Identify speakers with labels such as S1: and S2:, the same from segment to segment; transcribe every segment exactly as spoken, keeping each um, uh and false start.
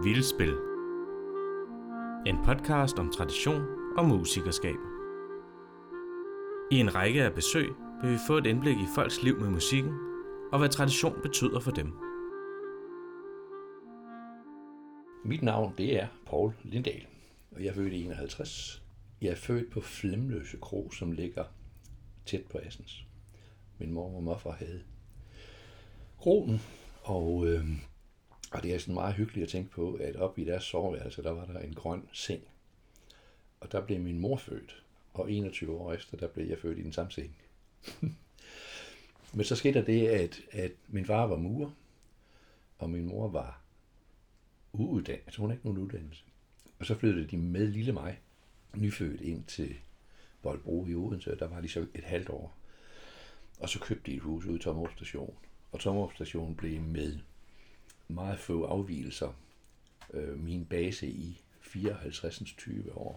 S1: Vildspil. En podcast om tradition og musikerskab. I en række af besøg vil vi få et indblik i folks liv med musikken, og hvad tradition betyder for dem.
S2: Mit navn det er Poul Lindahl, og jeg er født i enoghalvtreds. Jeg er født på Flemløse Kro, som ligger tæt på Assens. Min mor og morfar havde kroen, og, øh, og det er sådan meget hyggeligt at tænke på, at oppe i deres soveværelse, der var der en grøn seng. Og der blev min mor født, og enogtyve år efter, der blev jeg født i den samme seng. Men så skete der det, at, at min far var murer, og min mor var uuddannet, så hun havde ikke nogen uddannelse. Og så flyttede de med lille mig, nyfødt, ind til Bolbro i Odense, og der var de så et halvt år. Og så købte de et hus ude i Tommerup Station, og Tommerup Station blev med meget få afvigelser øh, min base i fireoghalvtreds tyve år.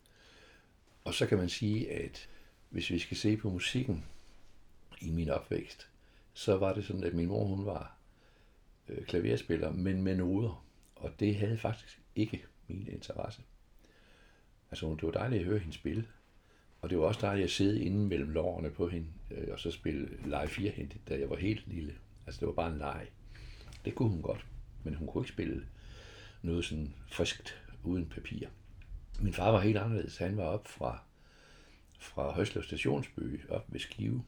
S2: Og så kan man sige, at hvis vi skal se på musikken i min opvækst, så var det sådan, at min mor hun var øh, klaverspiller, men med noder. Og det havde faktisk ikke min interesse. Altså, det var dejligt at høre hende spille. Og det var også dejligt at sidde inde mellem lårene på hende, øh, og så spille lege firehændigt, da jeg var helt lille. Altså, det var bare en leg. Det kunne hun godt, men hun kunne ikke spille noget sådan friskt uden papir. Min far var helt anderledes. Han var op fra, fra Højslev Stationsby, op ved Skive,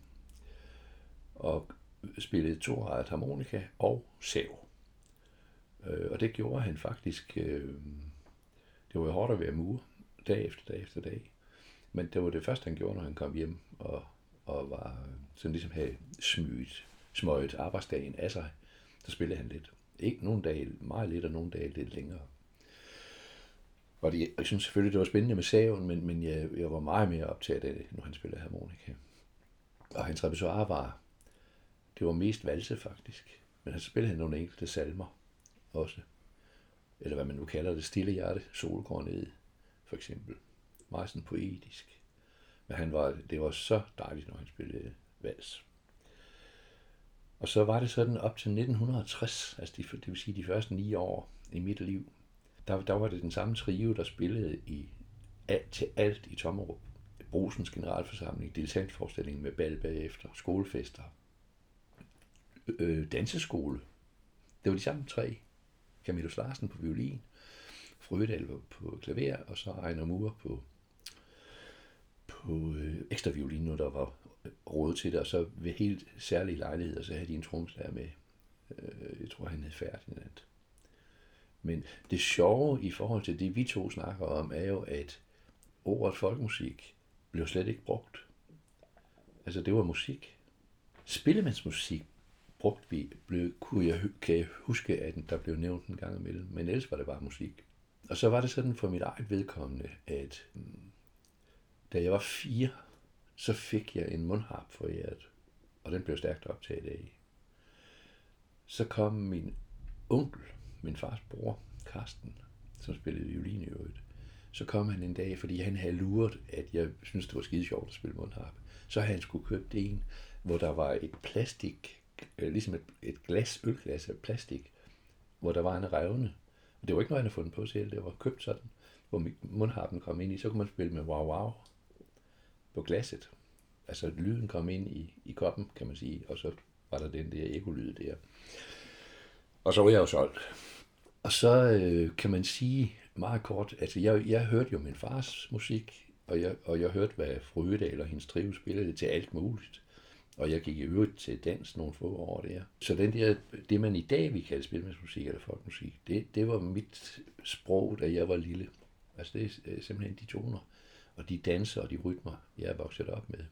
S2: og spillede toejet harmonika og sav. Øh, og det gjorde han faktisk. Øh, det var hårdt at være murer, dag efter dag efter dag. Men det var det første, han gjorde, når han kom hjem, og, og var sådan ligesom havde smyget, smøget arbejdsdagen af sig. Så spillede han lidt. Ikke nogle dage meget lidt, og nogle dage lidt længere. Og det, jeg synes selvfølgelig, det var spændende med saven, men, men jeg, jeg var meget mere optaget af det, når han spillede harmonika. Og hans repertoire var, det var mest valse faktisk. Men han spillede han nogle enkelte salmer også. Eller hvad man nu kalder det, Stille hjerte, Sol går ned, for eksempel. Meget sådan poetisk. Men han var, det var så dejligt, når han spillede vals. Og så var det sådan op til nitten tres, altså de, det vil sige de første ni år i mit liv, der, der var det den samme trio, der spillede i alt, til alt i Tommerup. Brusens generalforsamling, dilettantforestilling med bal bagefter, skolefester, øh, danseskole. Det var de samme tre. Camillus Larsen på violin, Frødal på klaver, og så Ejner Mure på, på øh, ekstra violin, når der var råd til det, og så ved helt særlige lejligheder, så havde de en trommeslager med. Øh, jeg tror, han hed Ferdinand. Men det sjove i forhold til det, vi to snakker om, er jo, at ordet folkemusik blev slet ikke brugt. Altså, det var musik. Spillemandsmusik brugt vi, blev, kunne jeg, kan jeg huske, at der blev nævnt en gang imellem, men ellers var det bare musik. Og så var det sådan for mit eget vedkommende, at da jeg var fire, så fik jeg en mundharp foræret, og den blev stærkt optaget af. Så kom min onkel, min fars bror, Karsten, som spillede violin i øvrigt. Så kom han en dag, fordi han havde luret, at jeg synes det var skide sjovt at spille mundharp. Så havde han skulle købt en, hvor der var et plastik, ligesom et, et glas, ølglas af plastik, hvor der var en revne. Og det var ikke noget, han havde fundet på selv, det var købt sådan, hvor mundharpen kom ind i, så kunne man spille med wow wow på glasset. Altså lyden kom ind i, i koppen, kan man sige, og så var der den der ekolyd der. Og så var jeg jo solgt. Og så øh, kan man sige meget kort, altså jeg, jeg hørte jo min fars musik, og jeg, og jeg hørte, hvad Frødal og hendes trio spillede til alt muligt. Og jeg gik i øvrigt til dans nogle få år der. Så den der, det man i dag vil kalde spillemandsmusik eller folkmusik, det, det var mit sprog, da jeg var lille. Altså det er simpelthen de toner, og de danser og de rytmer, jeg er vokset op med.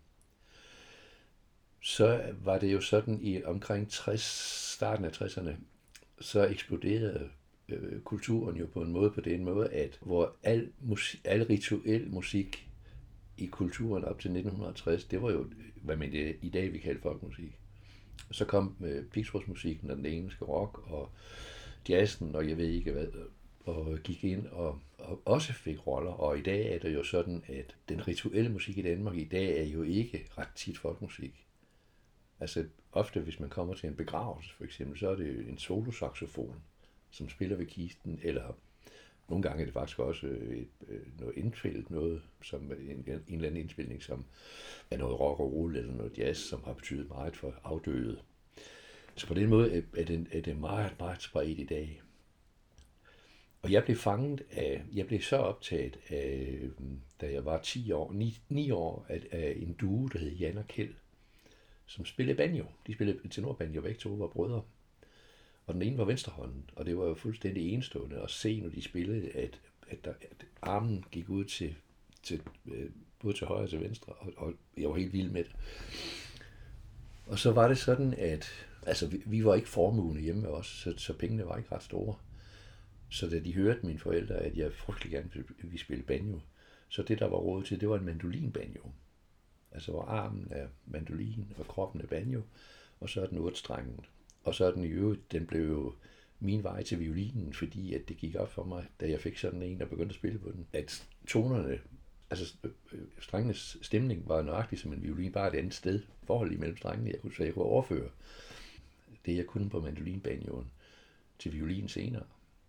S2: Så var det jo sådan i omkring tres, starten af tresserne, så eksploderede øh, kulturen jo på en måde på den måde, at hvor al, musik, al rituel musik i kulturen op til nitten tres, det var jo, hvad man det, i dag vi kalder folkmusik. Så kom øh, pigtrådsmusikken og den engelske rock og jazzen og jeg ved ikke hvad, og gik ind og, og også fik roller. Og i dag er det jo sådan, at den rituelle musik i Danmark i dag er jo ikke ret tit folkmusik. Altså ofte, hvis man kommer til en begravelse for eksempel, så er det en solosaxofon, som spiller ved kisten, eller nogle gange er det faktisk også et, noget indfældet, noget som en, en eller anden indspilning, som er noget rock og roll eller noget jazz, som har betydet meget for afdøde. Så på den måde er det, er det meget, meget spredt i dag. Og jeg blev fanget af, jeg blev så optaget af, da jeg var ti år, ni år, af, af en duo, der hed Jan og Kjeld, som spillede banjo. De spillede tenorbanjo, begge to var brødre. Og den ene var venstrehånden, og det var jo fuldstændig enestående at se, når de spillede, at, at, der, at armen gik ud til, til både til højre og til venstre, og, og jeg var helt vild med det. Og så var det sådan, at altså, vi, vi var ikke formugende hjemme med os, så, så pengene var ikke ret store. Så da de hørte mine forældre, at jeg frygtelig gerne ville spille banjo, så det, der var råd til, det var en mandolinbanjo. Altså hvor armen er mandolin, og kroppen er banjo, og så er den otte-strengen. Og så er den i øvrigt, den blev jo min vej til violinen, fordi at det gik op for mig, da jeg fik sådan en, der begyndte at spille på den, at tonerne, altså strengenes stemning var nøjagtig som en violin, bare et andet sted, forhold imellem strengene, jeg kunne, så jeg kunne overføre det, jeg kunne på mandolinbanjoen til violin senere.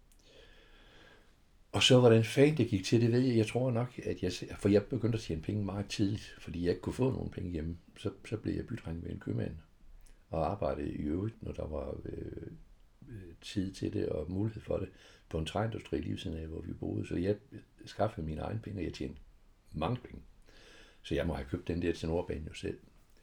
S2: Og så hvordan fanden det gik til, det ved jeg. Jeg tror nok, at jeg... For jeg begyndte at tjene penge meget tidligt, fordi jeg ikke kunne få nogen penge hjemme. Så, så blev jeg bydreng med en købmand og arbejdede i øvrigt, når der var øh, tid til det og mulighed for det, på en træindustri lige siden af, hvor vi boede. Så jeg skaffede mine egne penge, og jeg tjente mange penge. Så jeg må have købt den der tenorbanjo selv.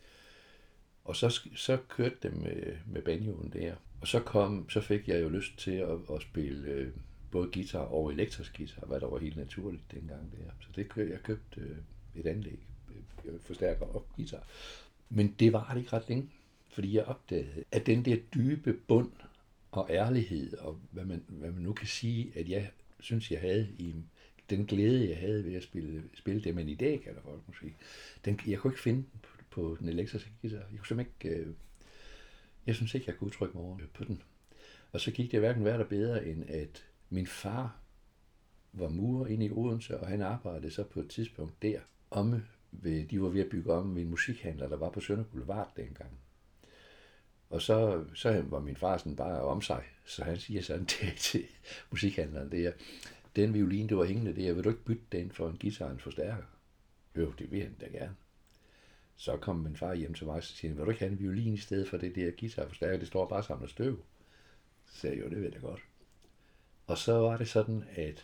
S2: Og så, så kørte det med, med banjoen der. Og så, kom, så fik jeg jo lyst til at, at spille... Øh, både guitar og elektrisk guitar, hvad der var helt naturligt dengang der. Så det købte, jeg købte et anlæg, forstærker og guitar. Men det var det ikke ret længe, fordi jeg opdagede, at den der dybe bund og ærlighed, og hvad man, hvad man nu kan sige, at jeg synes, jeg havde i den glæde, jeg havde ved at spille, spille det, man i dag kalder folkemusik, den, jeg kunne ikke finde den på, på den elektriske guitar. Jeg kunne simpelthen ikke, øh, jeg synes ikke, jeg kunne udtrykke mig over på den. Og så gik det hverken værre bedre, end at min far var murer inde i Odense, og han arbejdede så på et tidspunkt der. Omme ved, de var ved at bygge om ved en musikhandler, der var på Sønder Boulevard dengang. Og så, så var min far sådan bare om sig, så han siger sådan til, til musikhandleren, det er, den violin, du var hængende der, vil du ikke bytte den for en guitar og en forstærker? Jo, det vil han da gerne. Så kom min far hjem til mig og siger, vil du ikke have en violin i stedet for det der guitar og forstærker? Det står bare og samler støv. Så sagde jeg, jo, det ved jeg godt. Og så var det sådan, at,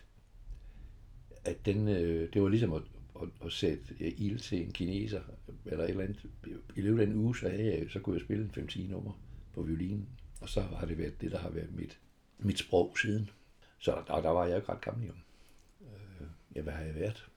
S2: at den, øh, det var ligesom at, at, at sætte ild til en kineser, eller et eller andet. I løbet af en uge, så, havde jeg, så kunne jeg spille en fem ti nummer på violinen. Og så har det været det, der har været mit, mit sprog siden. Så der, der var jeg jo ikke ret gammel, jo. Øh, ja, hvad har jeg været?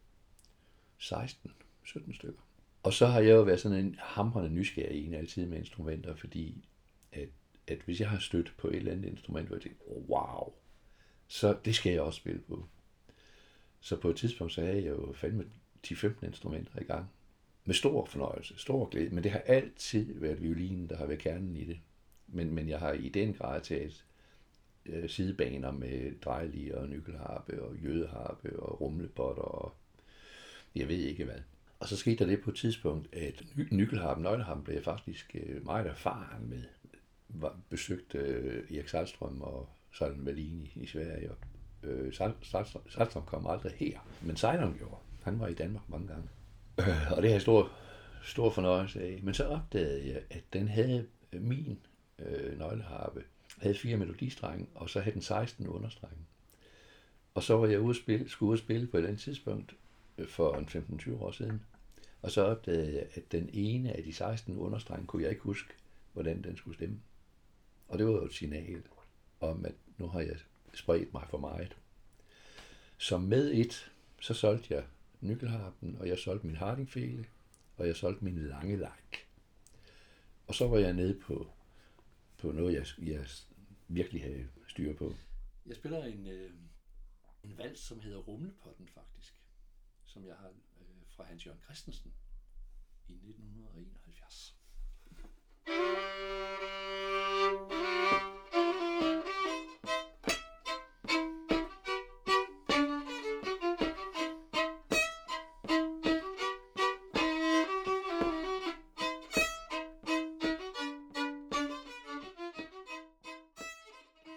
S2: seksten, sytten stykker. Og så har jeg jo været sådan en hamrende nysgerrig en altid med instrumenter, fordi at, at hvis jeg har stødt på et eller andet instrument, hvor jeg tænkte, oh, wow, så det skal jeg også spille på. Så på et tidspunkt, så havde jeg jo fandme ti femten instrumenter i gang. Med stor fornøjelse, stor glæde. Men det har altid været violinen, der har været kernen i det. Men, men jeg har i den grad taget øh, sidebaner med drejlige og nykelharpe og jødeharpe og rumlepotter og jeg ved ikke hvad. Og så skete der det på et tidspunkt, at nykelharpen, nøgleharpen blev jeg faktisk øh, meget erfaren med. Var besøgt øh, Erik Salstrøm og Søren Wallin i, i Sverige. Og, øh, Salstrøm kom aldrig her, men Sejleren gjorde. Han var i Danmark mange gange. Øh, og det har jeg stor, stor fornøjelse af. Men så opdagede jeg, at den havde min øh, nøgleharpe, havde fire melodistrenge, og så havde den seksten understrenge. Og så var jeg ude at spille, skulle ud at spille på et andet tidspunkt øh, for en femten tyve år siden. Og så opdagede jeg, at den ene af de seksten understrenge kunne jeg ikke huske, hvordan den skulle stemme. Og det var jo et signal om, at nu har jeg spredt mig for meget. Så med et, så solgte jeg nykelharpen, og jeg solgte min hardingfele, og jeg solgte min lange like. Og så var jeg nede på, på noget, jeg, jeg virkelig havde styr på. Jeg spiller en, øh, en vals, som hedder Rumlepotten faktisk, som jeg har øh, fra Hans Jørgen Christensen i nitten enoghalvfjerds.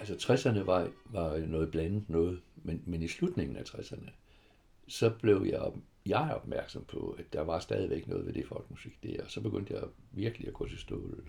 S2: altså tresserne var, var noget blandet noget, men, men i slutningen af tresserne, så blev jeg, jeg opmærksom på, at der var stadigvæk noget ved det folkmusik der, og så begyndte jeg virkelig at gå til stålet.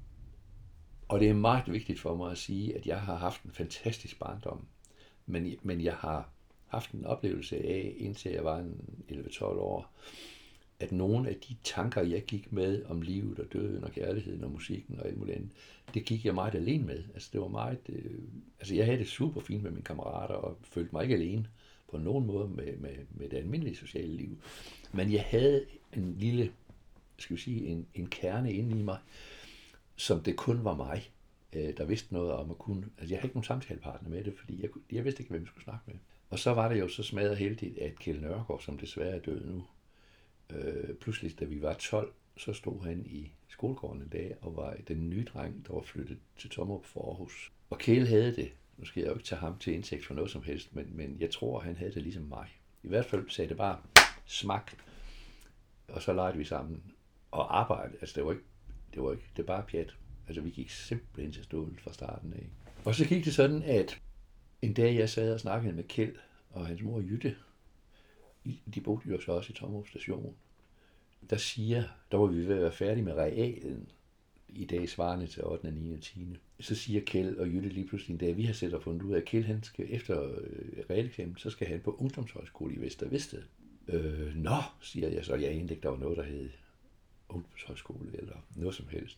S2: Og det er meget vigtigt for mig at sige, at jeg har haft en fantastisk barndom, men, men jeg har haft en oplevelse af, indtil jeg var elleve tolv år, at nogle af de tanker, jeg gik med om livet og døden og kærligheden og musikken og alt muligt andet, det gik jeg meget alene med. Altså det var meget, øh, altså jeg havde det super fint med mine kammerater og følte mig ikke alene på nogen måde med, med, med det almindelige sociale liv. Men jeg havde en lille, skal vi sige, en, en kerne inde i mig, som det kun var mig, øh, der vidste noget om at kunne. Altså jeg havde ikke nogen samtalepartner med det, fordi jeg, jeg vidste ikke, hvem jeg skulle snakke med. Og så var det jo så smadret heldigt, at Kjeld Nørgaard, som desværre er død nu, øh, pludselig, da vi var tolv, så stod han i skolegården en dag og var den nye dreng, der var flyttet til Tommerup for Aarhus. Og Kjeld havde det. Nu skal jeg jo ikke tage ham til indtægt for noget som helst, men, men jeg tror, han havde det ligesom mig. I hvert fald sagde det bare smak, og så legede vi sammen og arbejdede. Altså det var ikke, det var ikke, det var bare pjat. Altså vi gik simpelthen til stålet fra starten af. Og så gik det sådan, at en dag jeg sad og snakkede med Kjeld og hans mor Jytte, de boede jo så også i Tommerup station, der siger, der var vi ved at være færdige med realen, i dag svarende til ottende, niende og tiende Så siger Kjeld og Jytte lige pludselig en dag, vi har set og fundet ud af, at Kjeld, han skal efter realeksamen, så skal han på ungdomshøjskole i Vester Vedsted. Øh, nå, siger jeg så, jeg anede ikke, der var noget, der hed ungdomshøjskole eller noget som helst.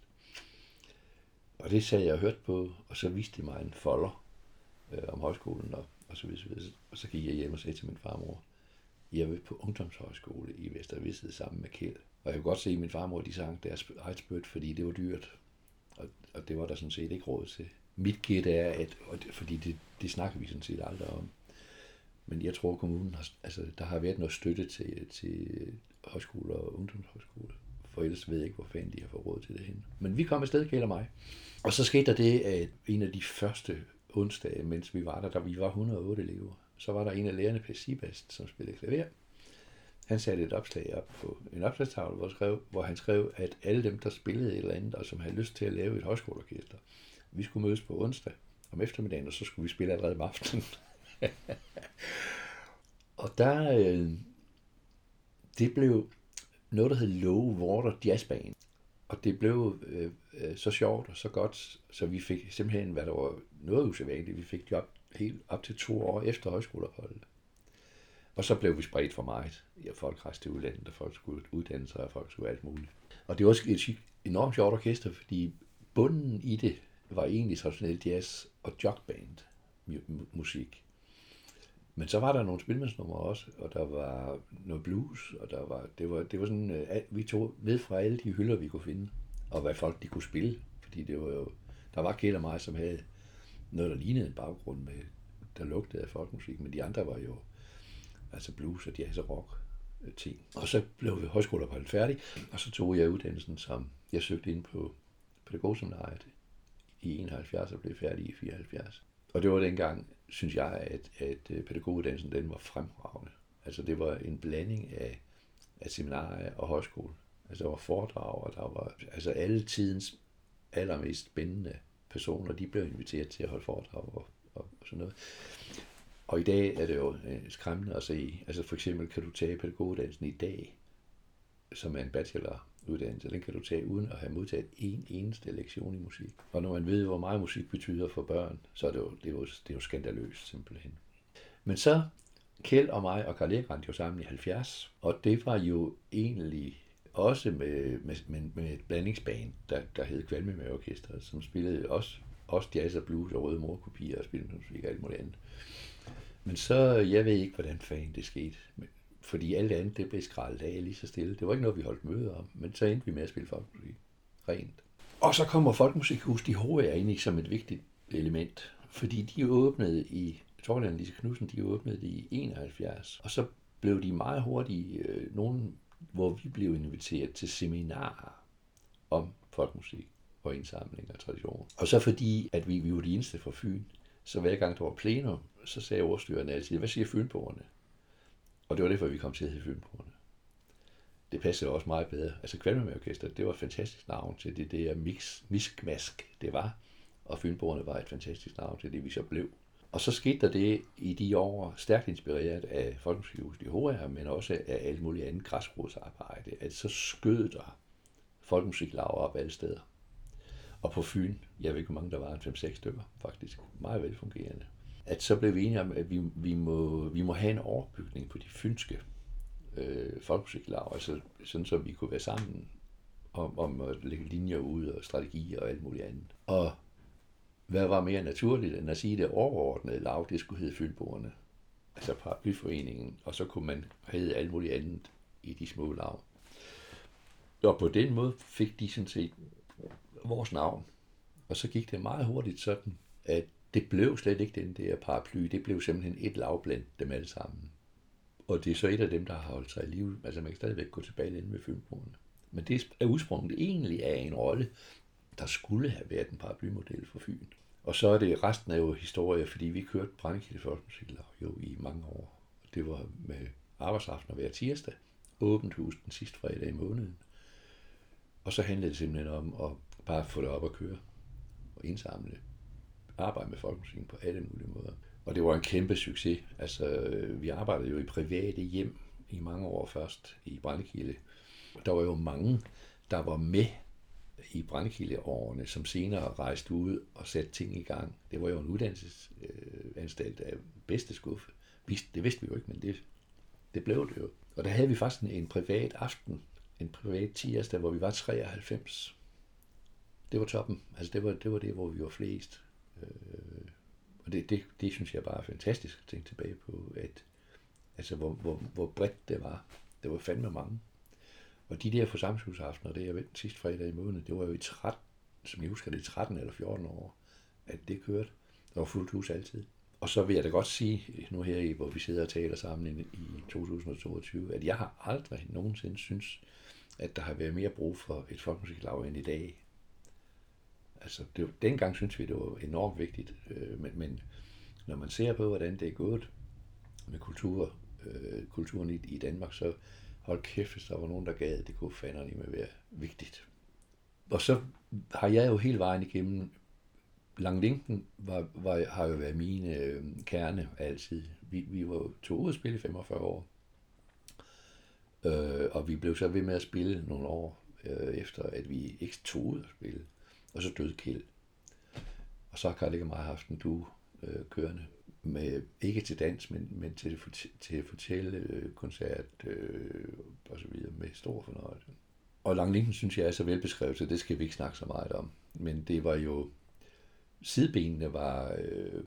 S2: Og det sagde jeg og hørte på, og så viste de mig en folder øh, om højskolen, og, og så videre. Og så gik jeg hjem og sagde til min farmor, jeg vil på ungdomshøjskole i Vester Vedsted sammen med Kjeld. Og jeg kunne godt se, at min farmor, de sang deres eget spyt, fordi det var dyrt. Og, og det var der sådan set ikke råd til. Mit gæt er, at, og det, fordi det, det snakker vi sådan set aldrig om, men jeg tror, kommunen har, altså, der har været noget støtte til, til højskoler og ungdomshøjskoler. For ellers ved jeg ikke, hvor fanden de har fået råd til det henne. Men vi kom afsted, Kjeld og mig. Og så skete der det, at en af de første onsdage, mens vi var der, der vi var et hundrede og otte elever, så var der en af lærerne, Per Sibast, som spillede klaver. Han satte et opslag op på en opslagstavle, hvor, skrev, hvor han skrev, at alle dem, der spillede et eller andet, og som havde lyst til at lave et højskoleorkester, vi skulle mødes på onsdag om eftermiddagen, og så skulle vi spille allerede om aftenen. Og der, øh, det blev noget, der hed Low Water Jazz Band. Og det blev øh, så sjovt og så godt, så vi fik simpelthen, hvad der var noget usædvanligt, vi fik job helt op til to år efter højskoleopholdet. Og så blev vi spredt for meget. Ja, folk rejste til udlandet, og folk skulle uddanne sig, og folk skulle alt muligt. Og det var også et enormt sjovt orkester, fordi bunden i det var egentlig traditionel jazz og jogband musik. Men så var der nogle spilmandsnumre også, og der var noget blues, og der var, det var, det var sådan, at vi tog ved fra alle de hylder, vi kunne finde, og hvad folk de kunne spille, fordi det var jo, der var Kjeld og mig, som havde noget, der lignede en baggrund med, der lugtede af folkmusik, men de andre var jo altså blues og jazz og rock ting. Og så blev vi højskoleopholdet færdig, og så tog jeg uddannelsen, som jeg søgte ind på pædagogseminariet i enoghalvfjerds og blev færdig i fireoghalvfjerds. Og det var dengang, synes jeg, at, at pædagoguddannelsen den var fremragende. Altså det var en blanding af, af seminarier og højskole. Altså der var foredrag, og der var altså alle tidens allermest spændende personer, de blev inviteret til at holde foredrag og, og sådan noget. Og i dag er det jo skræmmende at se. Altså for eksempel kan du tage pædagoguddannelsen i dag, som er en bacheloruddannelse, den kan du tage uden at have modtaget en eneste lektion i musik. Og når man ved, hvor meget musik betyder for børn, så er det jo, det er jo, det er jo skandaløst simpelthen. Men så Kjeld og mig og Karl Erik rendte jo sammen i halvfjerds, og det var jo egentlig også med, med, med, med et blandingsband, der, der hed Kvalmemærorkestret, som spillede også, også jazz og blues og røde morkopier og spillede musik og alt muligt andet. Men så, jeg ved ikke, hvordan fanden det skete, fordi alt andet, det blev skrællet af lige så stille. Det var ikke noget, vi holdt møde om, men så endte vi med at spille folkmusik. Rent. Og så kommer Folkemusikhus De H R ind i som et vigtigt element, fordi de åbnede i, Torland og Lise Knudsen, de åbnede det i enoghalvfjerds, og så blev de meget hurtigt, øh, nogen, hvor vi blev inviteret til seminarer om folkmusik og indsamling og tradition. Og så fordi, at vi, vi var de eneste fra Fyn, så hver gang der var plenum, så sagde ordstyrerne altid, hvad siger fynboerne? Og det var derfor, vi kom til at hedde fynboerne. Det passede også meget bedre. Altså Kvalmemærorkestret, det var et fantastisk navn til det der mix, miskmask, det var. og Fynboerne var et fantastisk navn til det, vi så blev. Og så skete der det i de år, stærkt inspireret af Folkemusikhuset i Hoher, men også af alt muligt andet græsrodsarbejde, at så skød der folkemusiklager op alle steder. Og på Fyn, jeg ved ikke, hvor mange der var, fem seks stykker faktisk, meget velfungerende. At så blev vi enige om, at vi, vi, må, vi må have en overbygning på de fynske øh, folkemusiklager, altså sådan så vi kunne være sammen om, om at lægge linjer ud og strategier og alt muligt andet. Og hvad var mere naturligt end at sige, at det overordnede lav, det skulle hedde Fynboerne, altså paraplyforeningen, og så kunne man hedde alt muligt andet i de små lav. Og på den måde fik de sådan set vores navn. Og så gik det meget hurtigt sådan, at det blev slet ikke den der paraply, det blev simpelthen et lav blandt dem alle sammen. Og det er så et af dem, der har holdt sig i live, altså man kan stadigvæk gå tilbage ind med Fynboerne. Men det er udsprunget egentlig af en rolle, der skulle have været en paraplymodel for Fyn. Og så er det resten af jo historie, fordi vi kørte Brændekilde Folkemusiklag jo i mange år. Det var med arbejdsaftener hver tirsdag, åbent hus den sidste fredag i måneden. Og så handlede det simpelthen om at bare få det op at køre og indsamle, arbejde med folkemusikken på alle mulige måder. Og det var en kæmpe succes. Altså, vi arbejdede jo i private hjem i mange år først i Brændekilde. Der var jo mange, der var med i Brændekilde-årene, som senere rejste ud og satte ting i gang. Det var jo en uddannelsesanstalt af bedste skuffe. Det vidste vi jo ikke, men det, det blev det jo. Og der havde vi faktisk en, en privat aften, en privat tirsdag, hvor vi var treoghalvfems. Det var toppen. Altså det var det, var det hvor vi var flest. Og det, det, det synes jeg bare er fantastisk at tænke tilbage på, at altså hvor, hvor, hvor bredt det var. Det var fandme mange. Og de der forsamlingshusaftener, det jeg ved sidste fredag i måneden, det var jo i tretten, som jeg husker det, tretten eller fjorten år, at det kørte. Der var fuldt hus altid. Og så vil jeg da godt sige, nu her, hvor vi sidder og taler sammen i to tusind og toogtyve, at jeg har aldrig nogensinde synes, at der har været mere brug for et folkemusiklaug end i dag. Altså, det, dengang synes vi, det var enormt vigtigt, øh, men, men når man ser på, hvordan det er gået med kultur, øh, kulturen i, i Danmark, så hold kæft, hvis der var nogen, der gad, det kunne fandme med være vigtigt. Og så har jeg jo hele vejen igennem, Langlinken var, var, har jo været mine øh, kerne altid. Vi, vi var tog ud at spille i femogfyrre år, øh, og vi blev så ved med at spille nogle år øh, efter, at vi ikke tog ud at spille. Og så døde Kjeld. Og så har Karl ikke meget haft en duo øh, kørende. Med, ikke til dans, men, men til, til fortælle øh, koncert øh, og så videre med stor fornøjelse. Og Langlinken synes jeg er så velbeskrevet, så det skal vi ikke snakke så meget om. Men det var jo, sidebenene var, øh,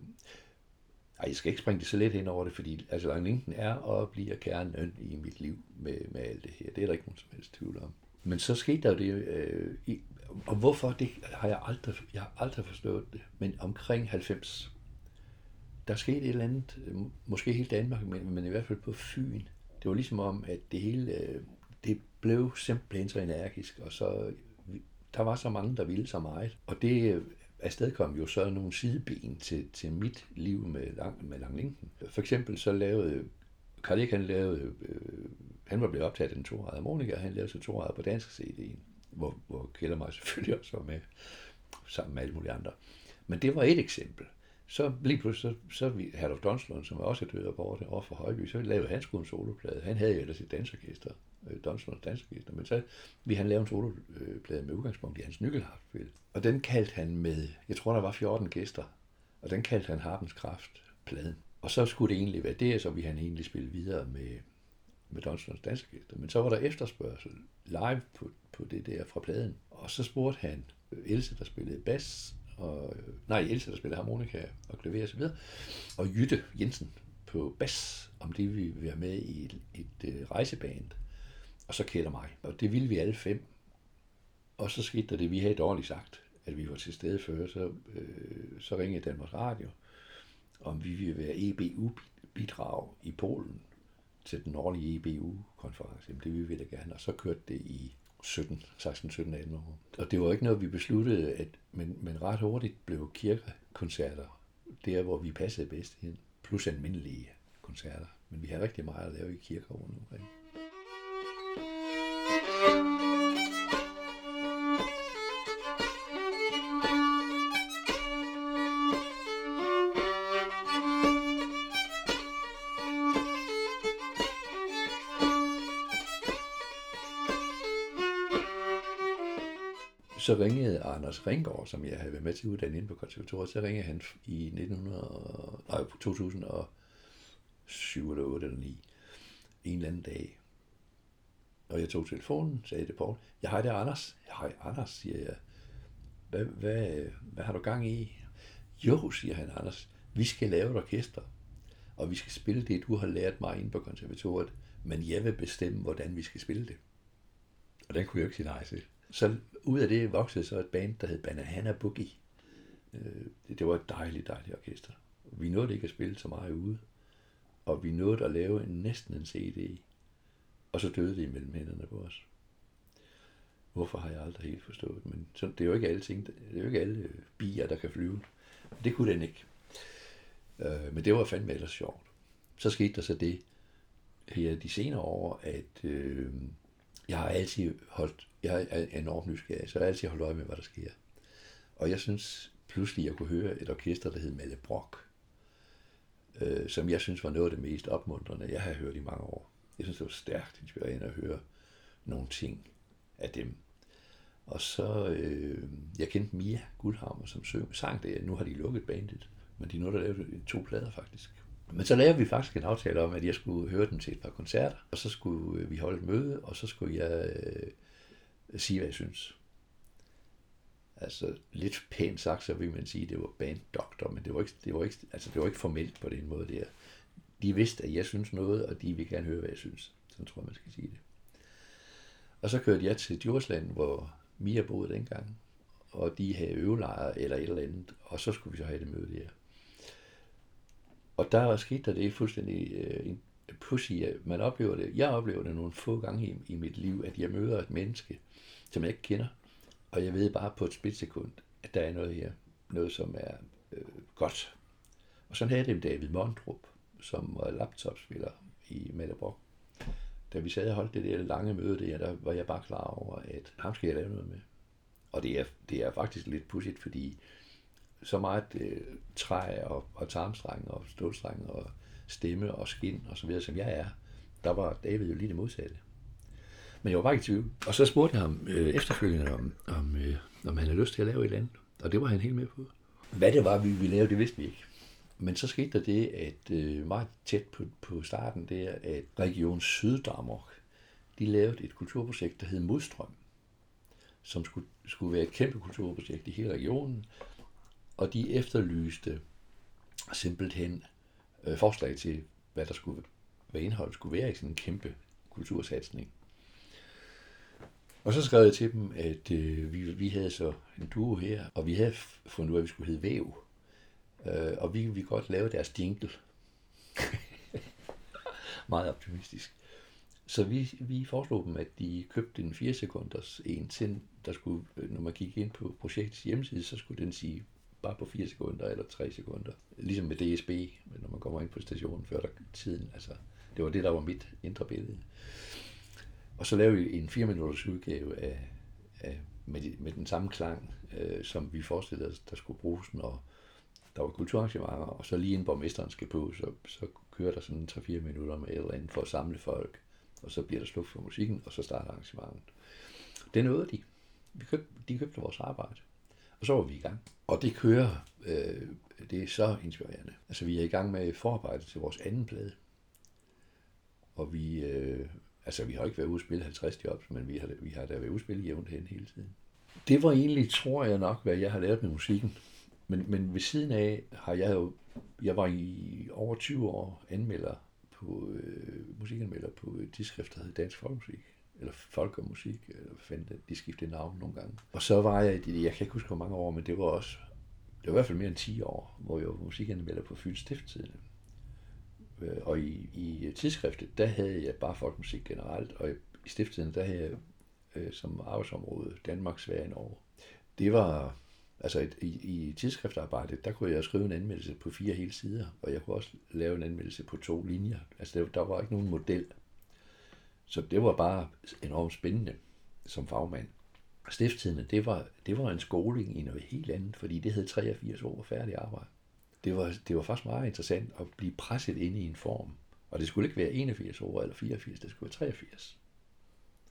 S2: ej, jeg skal ikke springe det så let hen over det, fordi altså Langlinken er og bliver kernen i mit liv med, med alt det her. Det er der ikke nogen som helst tvivl om. Men så skete der jo det, øh, i, og hvorfor, det har jeg aldrig, jeg har aldrig forstået det, men omkring halvfems, der skete et eller andet, måske helt Danmark, men, men i hvert fald på Fyn. Det var ligesom om, at det hele, øh, det blev simpelthen så energisk, og så, der var så mange, der ville så meget. Og det afstedkom jo så nogle sideben til, til mit liv med, lang, med Langlinken. For eksempel så lavede, Karl Erik, han lavede, øh, han var blevet optaget af den to harmonika, og han lavede så to på dansk C D'en, hvor, hvor Kjeld og mig selvfølgelig også var med, sammen med alle mulige andre. Men det var et eksempel. Så lige pludselig, så, så vi, Herluf Donslund, som også er død og borte over for Højby, så lavede han sgu en soloplade. Han havde jo ellers et dansorkester, Donslunds dansorkester, men så vi han lavede en soloplade med udgangspunkt i hans Nyckelharp-spil. Og den kaldte han med, jeg tror der var fjorten gæster, og den kaldte han Harpens Kraft-pladen. Og så skulle det egentlig være det, så vi han egentlig spille videre med, med Donslunds dansorkester. Men så var der efterspørgsel live på, på det der fra pladen. Og så spurgte han Else, der spillede bas, og, nej, Else, der spillede harmonika og klaver og så videre, og Jytte Jensen på bas, om det vi ville være med i et, et, et rejseband, og så Kjeld og mig. Og det ville vi alle fem. Og så skete der det, vi havde dårligt sagt, at vi var til stede før, så, øh, så ringede Danmarks Radio, om vi ville være E B U-bidrag i Polen til den årlige E B U-konference. Jamen, det ville vi da gerne, og så kørte det i sytten, seksten, sytten, atten år. Og det var ikke noget, vi besluttede, at, men, men ret hurtigt blev kirkekoncerter der, hvor vi passede bedst hen, plus almindelige koncerter. Men vi har rigtig meget at lave i kirker rundt omkring. så ringede Anders Ringgaard, som jeg havde været med til at uddanne inde på konservatoriet, så ringede han i nitten hundrede, nej, to tusind og syv eller otte eller ni, en eller anden dag. Og jeg tog telefonen, sagde det Poul. Jeg hej, det er Anders. Hej, Anders, siger jeg. Hvad, hvad, hvad har du gang i? Jo, siger han, Anders. Vi skal lave et orkester, og vi skal spille det, du har lært mig inde på konservatoriet, men jeg vil bestemme, hvordan vi skal spille det. Og den kunne jeg jo ikke sige nej til. Så ud af det voksede så et band, der hed Banana Boogie. Det var et dejligt, dejligt orkester. Vi nåede ikke at spille så meget ude, og vi nåede at lave en, næsten en C D, og så døde det imellem hænderne på os. Hvorfor har jeg aldrig helt forstået, men så, det er jo ikke alle ting, det er jo ikke alle bier, der kan flyve. Det kunne den ikke. Øh, men det var fandme ellers sjovt. Så skete der så det her de senere år, at øh, jeg har altid holdt, jeg er enormt nysgerrig, så jeg har altid holdt øje med, hvad der sker. Og jeg synes pludselig, jeg kunne høre et orkester, der hed Melle Brock, øh, som jeg synes var noget af det mest opmuntrende, jeg har hørt i mange år. Jeg synes, det var stærkt inspirerende at høre nogle ting af dem. Og så, øh, jeg kendte Mia Guldhammer, som søng, sang det. Nu har de lukket bandet, men de nåede at lave to plader faktisk. Men så lavede vi faktisk en aftale om, at jeg skulle høre dem til et par koncerter, og så skulle vi holde et møde, og så skulle jeg øh, sige, hvad jeg synes. Altså lidt pænt sagt, så vil man sige, at det var banddoktor, men det var ikke, det var ikke, altså, det var ikke formelt på den måde der. De vidste, at jeg synes noget, og de vil gerne høre, hvad jeg synes. Sådan tror jeg, man skal sige det. Og så kørte jeg til Djursland, hvor Mia boede dengang, og de havde øvelejre eller et eller andet, og så skulle vi så have det møde der. Og der skete der det fuldstændig øh, pussy, man oplever det. Jeg oplever det nogle få gange i, i mit liv, at jeg møder et menneske, som jeg ikke kender, og jeg ved bare på et splitsekund, at der er noget her, noget som er øh, godt. Og sådan havde det med David Mondrup, som var laptopspiller i Melle Brock. Da vi sad og holdt det der lange møde der, der var jeg bare klar over, at ham skal jeg lave noget med. Og det er, det er faktisk lidt pudsigt, fordi så meget øh, træ og, og tarmstreng og stålstreng og stemme og skin og så videre, som jeg er, der var David jo lige det modsatte. Men jeg var bare ikke i tvivl. Og så spurgte jeg ham øh, efterfølgende, om, om, øh, om han havde lyst til at lave et eller andet. Og det var han helt med på. Hvad det var, vi ville lave, det vidste vi ikke. Men så skete der det, at øh, meget tæt på, på starten der, at Region Syddanmark, de lavede et kulturprojekt, der hed Modstrøm, som skulle, skulle være et kæmpe kulturprojekt i hele regionen, og de efterlyste simpelthen øh, forslag til, hvad der skulle, hvad indholdet skulle være i sådan en kæmpe kultursatsning. Og så skrev jeg til dem, at øh, vi, vi havde så en duo her, og vi havde fundet ud af, at vi skulle hedde Væv. Uh, og vi ville godt lave deres jingle. Meget optimistisk. Så vi, vi foreslog dem, at de købte en fire sekunders en til, der skulle, når man gik ind på projektets hjemmeside, så skulle den sige bare på fire sekunder eller tre sekunder. Ligesom med D S B, når man kommer ind på stationen før der tiden. Altså, det var det, der var mit indre billede. Og så lavede vi en fire minutters udgave af, af, med, de, med den samme klang, øh, som vi forestillede os, der skulle bruges, når der var kulturarrangementer, og så lige inden borgmesteren skal på, så, så kører der sådan tre fire minutter med et eller andet for at samle folk, og så bliver der slukt for musikken, og så starter arrangementet. Det nåede de. Vi købte, de købte vores arbejde, og så var vi i gang. Og det kører, øh, det er så inspirerende. Altså vi er i gang med forarbejdet til vores anden plade, og vi, øh, altså vi har ikke været ude at spille halvtreds jobs, men vi har, vi har da været ude at spille jævnt hen hele tiden. Det var egentlig, tror jeg nok, hvad jeg har lavet med musikken. Men, men ved siden af har jeg jo, jeg var i over tyve år anmelder på, øh, musikanmelder på et tidsskrift, der hed Dansk Folkemusik, eller Folk og Musik, eller fandt de skiftede navn nogle gange. Og så var jeg, jeg kan ikke huske hvor mange år, men det var også, det var i hvert fald mere end ti år, hvor jeg var musikanmelder på Fyns Stiftstidende. Og i, i tidsskriftet, der havde jeg bare folkemusik generelt, og i Stiftstidende, der havde jeg øh, som arbejdsområde Danmark, Sverige og Norge. Det var... Altså i, i tidsskriftarbejdet, der kunne jeg skrive en anmeldelse på fire hele sider, og jeg kunne også lave en anmeldelse på to linjer. Altså der, der var ikke nogen model. Så det var bare enormt spændende som fagmand. Stiftstidende, det var, det var en skoling i noget helt andet, fordi det hed treogfirs år færdig arbejde. Det var, det var faktisk meget interessant at blive presset ind i en form. Og det skulle ikke være enogfirs år eller fireogfirs, det skulle være treogfirs.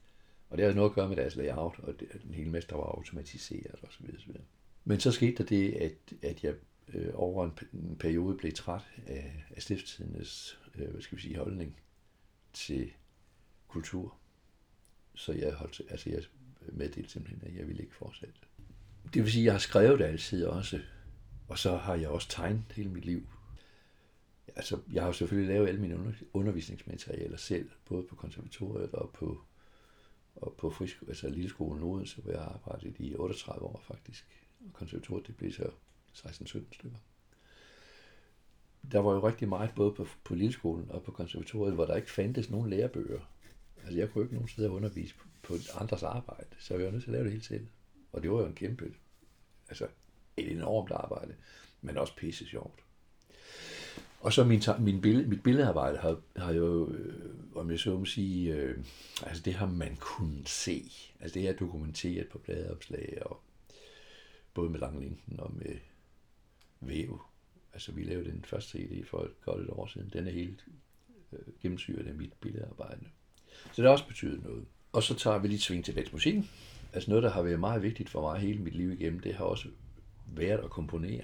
S2: Og det har noget at gøre med deres layout, og det, den hele mester var automatiseret osv. osv. Men så skete der det, at, at jeg øh, over en, en periode blev træt af, af Stiftstidendes øh, hvad skal vi sige, holdning til kultur. Så jeg holdt, altså jeg meddelte simpelthen, at jeg ville ikke fortsætte. Det vil sige, at jeg har skrevet altid også, og så har jeg også tegnet hele mit liv. Altså, jeg har jo selvfølgelig lavet alle mine undervisningsmaterialer selv, både på konservatoriet og på, og på friskole, altså Lilleskolen Odense, hvor jeg har arbejdet i otteogtredive år faktisk. Og konservatoriet, det blev så seksten sytten stykker. Der var jo rigtig meget både på, på Lilleskolen og på konservatoriet, hvor der ikke fandtes nogen lærebøger. Altså, jeg kunne ikke nogen steder undervise på, på andres arbejde, så jeg var nødt til at lave det hele selv. Og det var jo en kæmpe, altså et enormt arbejde, men også pisse sjovt. Og så min, min billede, mit billedarbejde har, har jo, øh, om jeg så må sige, øh, altså det har man kunnet se. Altså det er dokumenteret på pladeopslag, og både med Langlinken og med væv. Altså vi lavede den første C D for et godt et år siden. Den er helt øh, gennemsyret af mit billedarbejde. Så det har også betydet noget. Og så tager vi lige sving til musikken. Altså noget, der har været meget vigtigt for mig hele mit liv igennem, det har også været at komponere.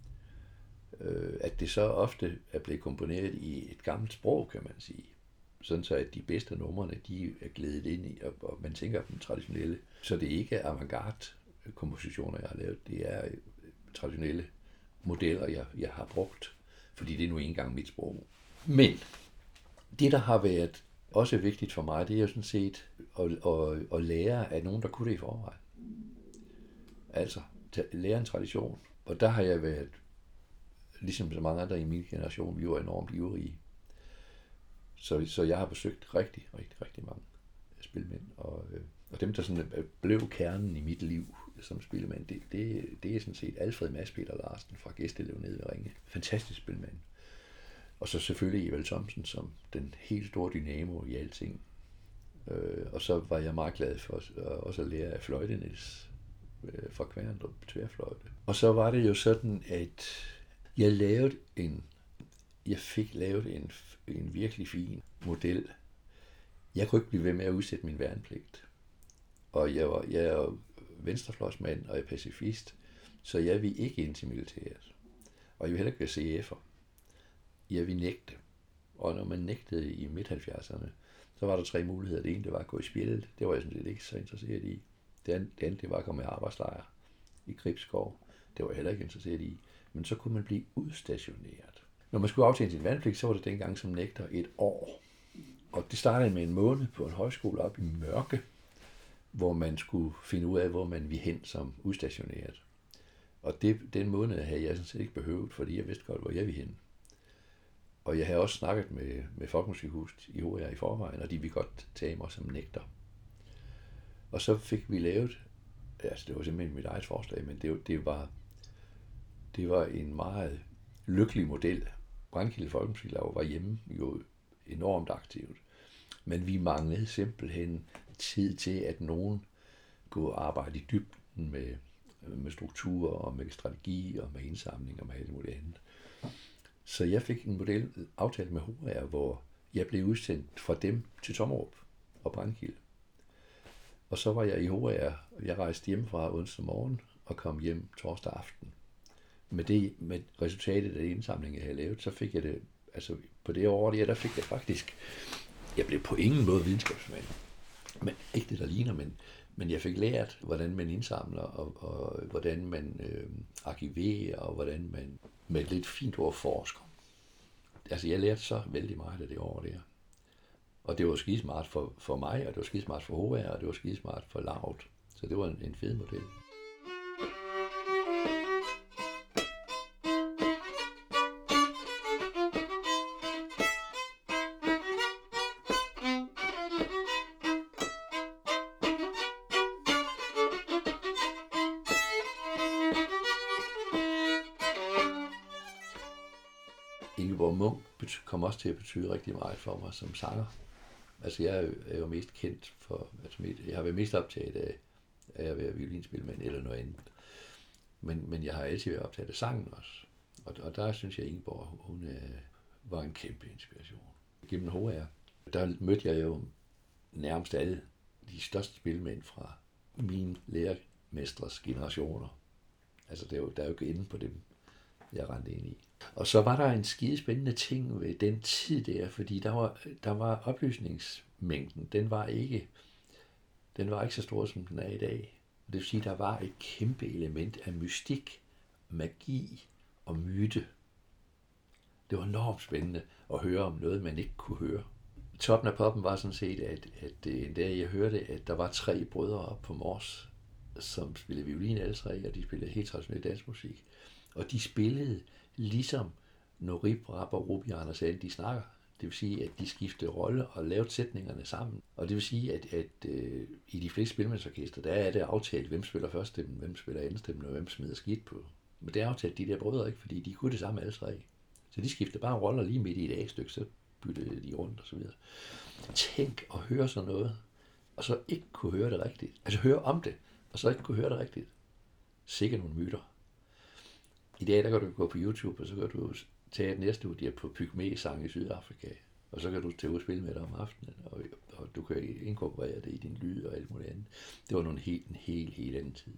S2: At det så ofte er blevet komponeret i et gammelt sprog, kan man sige. Sådan så, at de bedste numrene, de er glædet ind i, og man tænker dem traditionelle. Så det ikke er avantgarde-kompositioner, jeg har lavet. Det er traditionelle modeller, jeg, jeg har brugt, fordi det er nu engang mit sprog. Men det, der har været også vigtigt for mig, det er jo sådan set at, at, at lære af nogen, der kunne det i forvejen. Altså, lære en tradition. Og der har jeg været, ligesom så mange andre i min generation, vi var enormt ivrige. Så, så jeg har besøgt rigtig, rigtig, rigtig mange spilmænd. Og, og dem, der sådan blev kernen i mit liv som spilmand, det, det, det er sådan set Alfred Mads Peter Larsen fra Gæstelev nede ved Ringe. Fantastisk spilmand. Og så selvfølgelig Evald Thomsen som den helt store dynamo i alting. Og så var jeg meget glad for også at lære af fløjtenis fra Kværndrup tværfløjte. Og så var det jo sådan, at jeg lavede en, jeg fik lavet en, en virkelig fin model. Jeg kunne ikke blive ved med at udsætte min værnepligt. Og jeg, var, jeg er venstrefløjsmand og jeg er pacifist, så jeg vil ikke ind til militæret. Og jeg vil heller ikke være C F'er. Jeg vil nægte. Og når man nægtede i midt halvfjerdserne, så var der tre muligheder. Det ene, det var at gå i spjældet. Det var jeg sådan lidt ikke så interesseret i. Det andet, det, andet, det var at komme i arbejdslejr i Gribskov. Det var jeg heller ikke interesseret i. Men så kunne man blive udstationeret. Når man skulle aftjene sin værnepligt, så var det dengang som nægter et år. Og det startede med en måned på en højskole op i Mørke, hvor man skulle finde ud af, hvor man ville hen som udstationeret. Og det, den måned havde jeg sådan set ikke behøvet, fordi jeg vidste godt, hvor jeg ville hen. Og jeg havde også snakket med, med Folkemusikhuset i H R i forvejen, og de ville godt tage mig som nægter. Og så fik vi lavet, altså det var simpelthen mit eget forslag, men det, det var det var en meget lykkelig model. Brændkilde Folkemusiklaug var hjemme jo enormt aktivt. Men vi manglede simpelthen tid til, at nogen kunne arbejde i dybden med, med strukturer og med strategi og med indsamling og med alt muligt andet. Så jeg fik en model aftalt med H R, hvor jeg blev udsendt fra dem til Tommerup og Brændkilde. Og så var jeg i H R, jeg rejste hjemmefra onsdag morgen og kom hjem torsdag aften. Med det, med resultatet af indsamlingen, jeg havde lavet, så fik jeg det, altså på det år, der fik jeg faktisk, jeg blev på ingen måde videnskabsmand, men ikke det, der ligner, men, men jeg fik lært, hvordan man indsamler, og, og hvordan man øh, arkiverer, og hvordan man med et lidt fint ord forsker. Altså jeg lærte så vældig meget af det år der. Og det var skidesmart for, for mig, og det var skidesmart for H R, og det var skidesmart for Laud. Så det var en, en fed model. Ingeborg Munch kom også til at betyde rigtig meget for mig som sanger. Altså jeg er jo mest kendt for, altså jeg har været mest optaget af, af at være violinspilmand eller noget andet. Men, men jeg har altid været optaget af sangen også. Og, og der synes jeg, at Ingeborg, hun øh, var en kæmpe inspiration. Gennem H R, der mødte jeg jo nærmest alle de største spilmænd fra mine lærermestres generationer. Altså, der er, jo, der er jo ikke inde på dem, jeg rendte ind i. Og så var der en skidespændende ting ved den tid der, fordi der var, der var oplysningsmængden, den var ikke, den var ikke så stor, som den er i dag. Det vil sige, der var et kæmpe element af mystik, magi og myte. Det var enormt spændende at høre om noget, man ikke kunne høre. Toppen af poppen var sådan set, at, at en dag jeg hørte, at der var tre brødre op på Mors, som spillede violin alle tre, og de spillede helt traditionel dansmusik. Og de spillede ligesom når Rip, Rap og Rubi og Anders And, de snakker. Det vil sige, at de skiftede rolle og lavede sætningerne sammen. Og det vil sige, at, at øh, i de fleste spilmandsorkester, der er det aftalt, hvem spiller førststemmen, hvem spiller andenstemmen, og hvem smider skidt på. Men det er aftalt de der brødre ikke, fordi de kunne det samme alle tre. Så de skiftede bare roller lige midt i et A-stykke, så byttede de rundt og så videre. Tænk at høre sådan noget, og så ikke kunne høre det rigtigt. Altså høre om det, og så ikke kunne høre det rigtigt. Sikkert nogle myter. I dag der kan du gå på YouTube, og så kan du tage et næste udgiver på Pygmæ-sang i Sydafrika, og så kan du tage ud og spille med det om aftenen, og, og du kan inkorporere det i din lyd og alt muligt andet. Det var nogle helt, en helt, helt anden tid.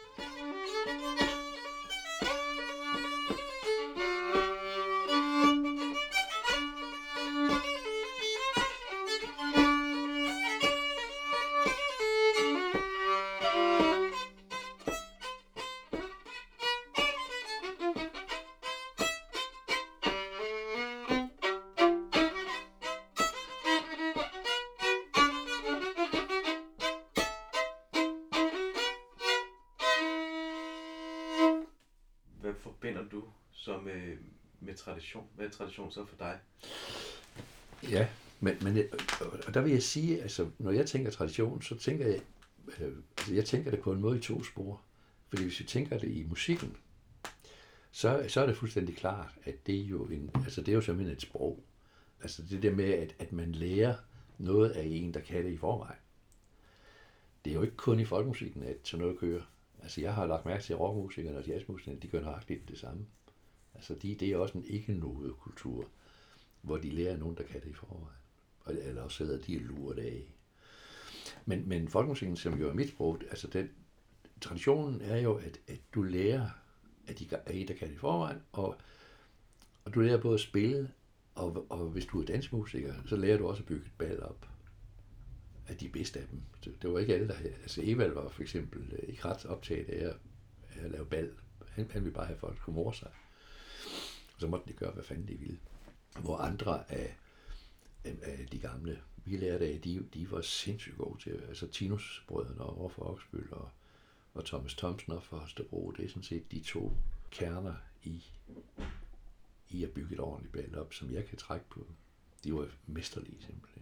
S1: Forbinder du så med, med tradition? Hvad er tradition så for dig?
S2: Ja, men, men og der vil jeg sige, altså når jeg tænker tradition, så tænker jeg, øh, altså jeg tænker det på en måde i to spor. Fordi hvis vi tænker det i musikken, så, så er det fuldstændig klart, at det er jo en, altså det er jo simpelthen et sprog. Altså det der med, at, at man lærer noget af en, der kan det i forvejen. Det er jo ikke kun i folkemusikken, at sådan noget kører. Altså jeg har lagt mærke til, at rockmusikerne og jazzmusikerne, de gør nøjagtigt det samme. Altså de, det er også en ikke-noget-kultur, hvor de lærer nogen, der kan det i forvejen. Eller også sidder de og lurer det af. Men, men folkemusikken, som jo er mit sprog, altså den traditionen er jo, at, at du lærer, at de er en, der kan det i forvejen, og, og du lærer både at spille, og, og hvis du er dansmusiker, så lærer du også at bygge et bal op af de bedste af dem. Det var ikke alle, der havde. Altså Evald var for eksempel ikke ret optaget af at, at lave bal. Han, han ville bare have folk kunne more sig. Og så måtte de gøre, hvad fanden de ville. Hvor andre af, af, af de gamle, vi lærte af, de, de var sindssygt gode til. Altså Tinus-brødrene over for Oksbøl og, og Thomas Thomsen og for Holstebro, det er sådan set de to kerner i, i at bygge et ordentligt bal op, som jeg kan trække på. De var mesterlige simpelthen.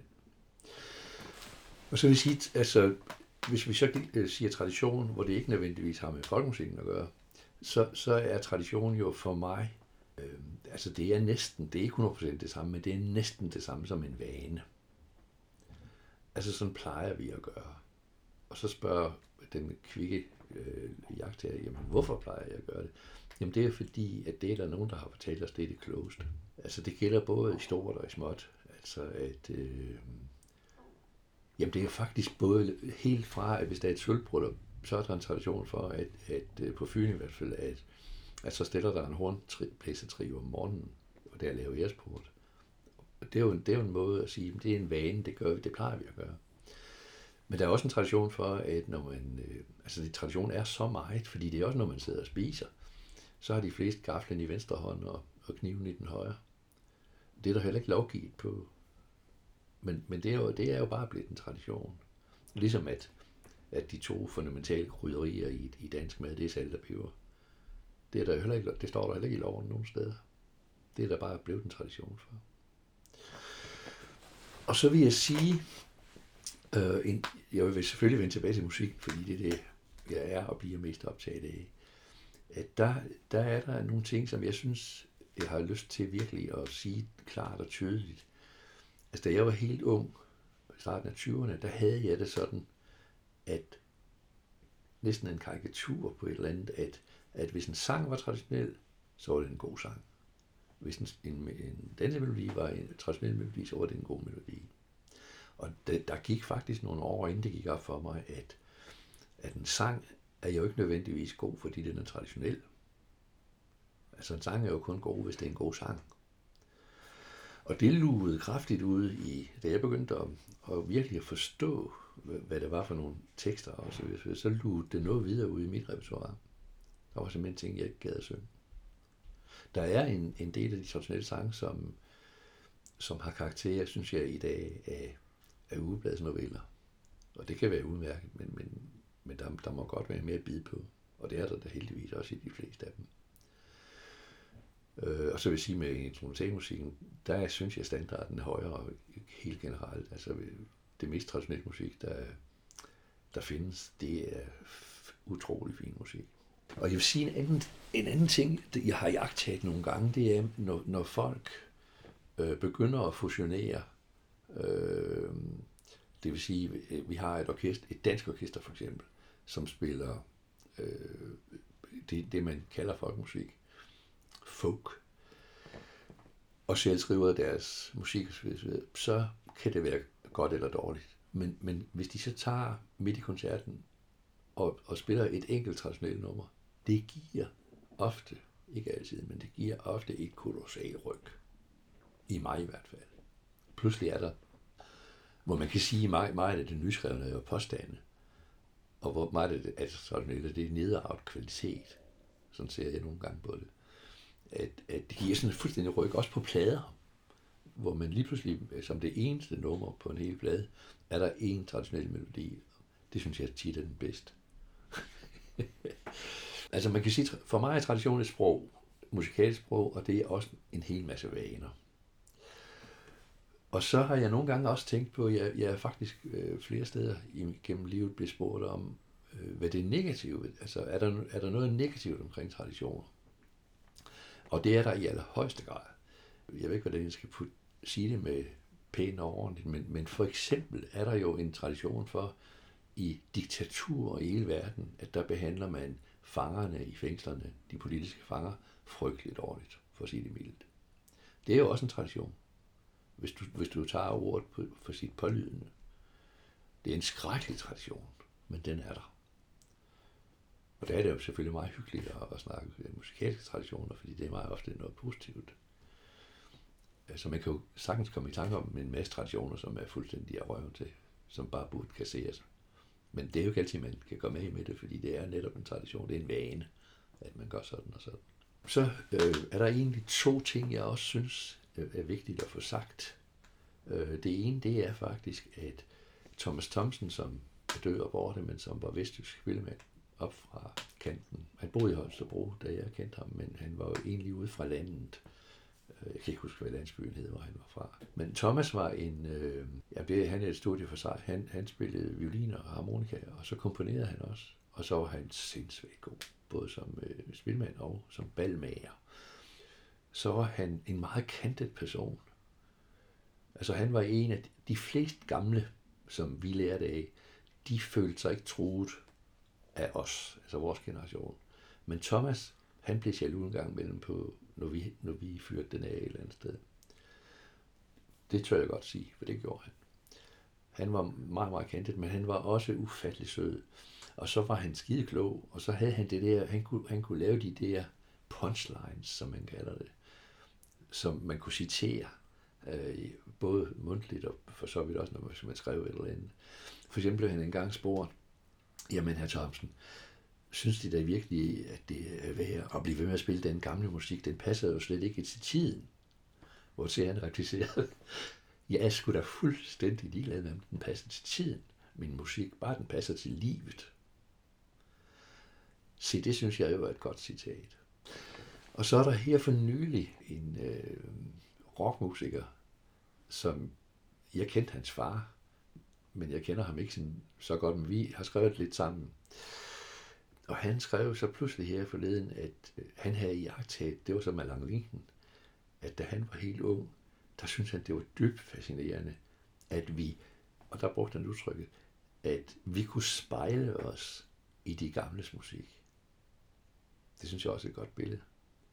S2: Og så vil jeg sige, altså, hvis vi så siger tradition, hvor det ikke nødvendigvis har med folkemusikken at gøre, så, så er tradition jo for mig, øh, altså det er næsten, det er ikke hundrede procent det samme, men det er næsten det samme som en vane. Altså sådan plejer vi at gøre. Og så spørger den kvikke øh, jagttager, jamen hvorfor plejer jeg at gøre det? Jamen det er fordi, at det er der nogen, der har fortalt os, det er det klogeste. Altså det gælder både i stort og i småt. Altså at... Øh, Jamen det er faktisk både helt fra, at hvis der er et sølvbryllup, så er der en tradition for, at, at på Fyn i hvert fald, at, at så stiller der en hornblæsertrio om morgenen, og der laver æresport. Og det er, jo en, det er jo en måde at sige, at det er en vane, det gør vi, det plejer vi at gøre. Men der er også en tradition for, at når man, øh, altså det tradition er så meget, fordi det er også, når man sidder og spiser, så har de fleste gaflen i venstre hånd og, og kniven i den højre. Det er der heller ikke lovgivet på. Men, men det, er jo, det er jo bare blevet en tradition. Ligesom at, at de to fundamentale krydderier i, i dansk mad, det er salt og peber. Det, er der heller ikke, det står der heller ikke i loven nogen steder. Det er der bare blevet en tradition for. Og så vil jeg sige, øh, en, jeg vil selvfølgelig vende tilbage til musik, fordi det er det, jeg er og bliver mest optaget af. At der, der er der nogle ting, som jeg synes, jeg har lyst til virkelig at sige klart og tydeligt. Altså, da jeg var helt ung, i starten af tyverne, der havde jeg det sådan, at næsten en karikatur på et eller andet, at, at hvis en sang var traditionel, så var det en god sang. Hvis en, en, en dansemelodi var en traditionel melodi, så var det en god melodi. Og det, der gik faktisk nogle år, inden det gik op for mig, at, at en sang er jo ikke nødvendigvis god, fordi den er traditionel. Altså en sang er jo kun god, hvis det er en god sang. Og det lugede kraftigt ud i, da jeg begyndte at, at virkelig at forstå, hvad det var for nogle tekster, og så, så lugede det noget videre ud i mit repertoire. Der var simpelthen ting, jeg ikke gad at synge. Der er en, en del af de traditionelle sange, som, som har karakter, synes jeg, i dag af, af ugebladsnoveller. Og det kan være udmærket, men, men, men der, der må godt være mere at bide på. Og det er der da heldigvis også i de fleste af dem. Øh, og så vil jeg sige med instrumentalmusikken, der synes jeg, at standarden er højere helt generelt. Altså det mest traditionelle musik, der, der findes, det er utrolig fin musik. Og jeg vil sige en anden, en anden ting, jeg har iagttaget nogle gange, det er, når, når folk øh, begynder at fusionere. Øh, det vil sige, vi har et orkester, et dansk orkester for eksempel, som spiller øh, det, det, man kalder folkmusik, folk, og selv skriver deres musik, så kan det være godt eller dårligt. Men, men hvis de så tager midt i koncerten og, og spiller et enkelt traditionelt nummer, det giver ofte, ikke altid, men det giver ofte et kolossalt ryg. I mig i hvert fald. Pludselig er der, hvor man kan sige, meget, meget af det nyskrevne er jo påstande, og hvor meget af det er traditionelt, det er nedarvet kvalitet. Sådan ser jeg nogle gange på det. At, at det giver sådan en fuldstændig ryg, også på plader, hvor man lige pludselig, som det eneste nummer på en hel plade, er der en traditionel melodi. Det synes jeg tit er den bedste. Altså man kan sige, for mig er tradition et sprog, musikalsk sprog, og det er også en hel masse vaner. Og så har jeg nogle gange også tænkt på, at jeg, jeg er faktisk øh, flere steder gennem livet blevet spurgt om, øh, hvad det er negativt. Altså er der, er der noget negativt omkring traditioner? Og det er der i allerhøjeste grad. Jeg ved ikke, hvordan jeg skal putte, sige det med pænt og ordentligt, men, men for eksempel er der jo en tradition for, i diktaturer i hele verden, at der behandler man fangerne i fængslerne, de politiske fanger, frygteligt dårligt, for at sige det mildt. Det er jo også en tradition, hvis du, hvis du tager ordet på, for sit pålydende. Det er en skrækkelig tradition, men den er der. Og der er det jo selvfølgelig meget hyggeligt at snakke musikalske traditioner, fordi det er meget ofte noget positivt. Så man kan jo sagtens komme i tanke om en masse traditioner, som er fuldstændig af røven til, som bare burde kasseres. Men det er jo ikke altid, man kan gå med med det, fordi det er netop en tradition, det er en vane, at man gør sådan og sådan. Så øh, er der egentlig to ting, jeg også synes er vigtigt at få sagt. Øh, det ene, det er faktisk, at Thomas Thomsen, som er død og borte, men som var vestjysk spillemand, op fra kanten. Han boede i Holstebro, da jeg kendte ham, men han var jo egentlig ude fra landet. Jeg kan ikke huske, hvad landsbyen hed, hvor han var fra. Men Thomas var en... Øh, ja, det, han er et studie for sig. Han, han spillede violin og harmonika, og så komponerede han også. Og så var han sindssygt god, både som øh, spilmand og som balmager. Så var han en meget kantet person. Altså han var en af de fleste gamle, som vi lærte af, de følte sig ikke truet af os, altså vores generation. Men Thomas, han blev jaloux en gang imellem på, når vi, når vi fyrte den af et eller andet sted. Det tør jeg godt sige, for det gjorde han. Han var meget, meget kendt, men han var også ufattelig sød. Og så var han skide klog, og så havde han det der, han kunne, han kunne lave de der punchlines, som man kalder det, som man kunne citere, øh, både mundtligt og for så vidt også, når man, man skrev et eller andet. For eksempel blev han engang spurgt, jamen herr Thomsen, synes de da virkelig, at det er værd at blive ved med at spille den gamle musik? Den passer jo slet ikke til tiden. Hvor til han replicerede, jeg er sgu da fuldstændig ligeglad med, om den passer til tiden. Min musik, bare den passer til livet. Se, det synes jeg jo er et godt citat. Og så er der her for nylig en øh, rockmusiker, som jeg kendte hans far, men jeg kender ham ikke sådan, så godt, men vi har skrevet lidt sammen. Og han skrev så pludselig her forleden, at han havde iagttaget, det var så Malang Linken, at da han var helt ung, der syntes han, det var dybt fascinerende, at vi, og der brugte han udtrykket, at vi kunne spejle os i de gamles musik. Det synes jeg også er et godt billede.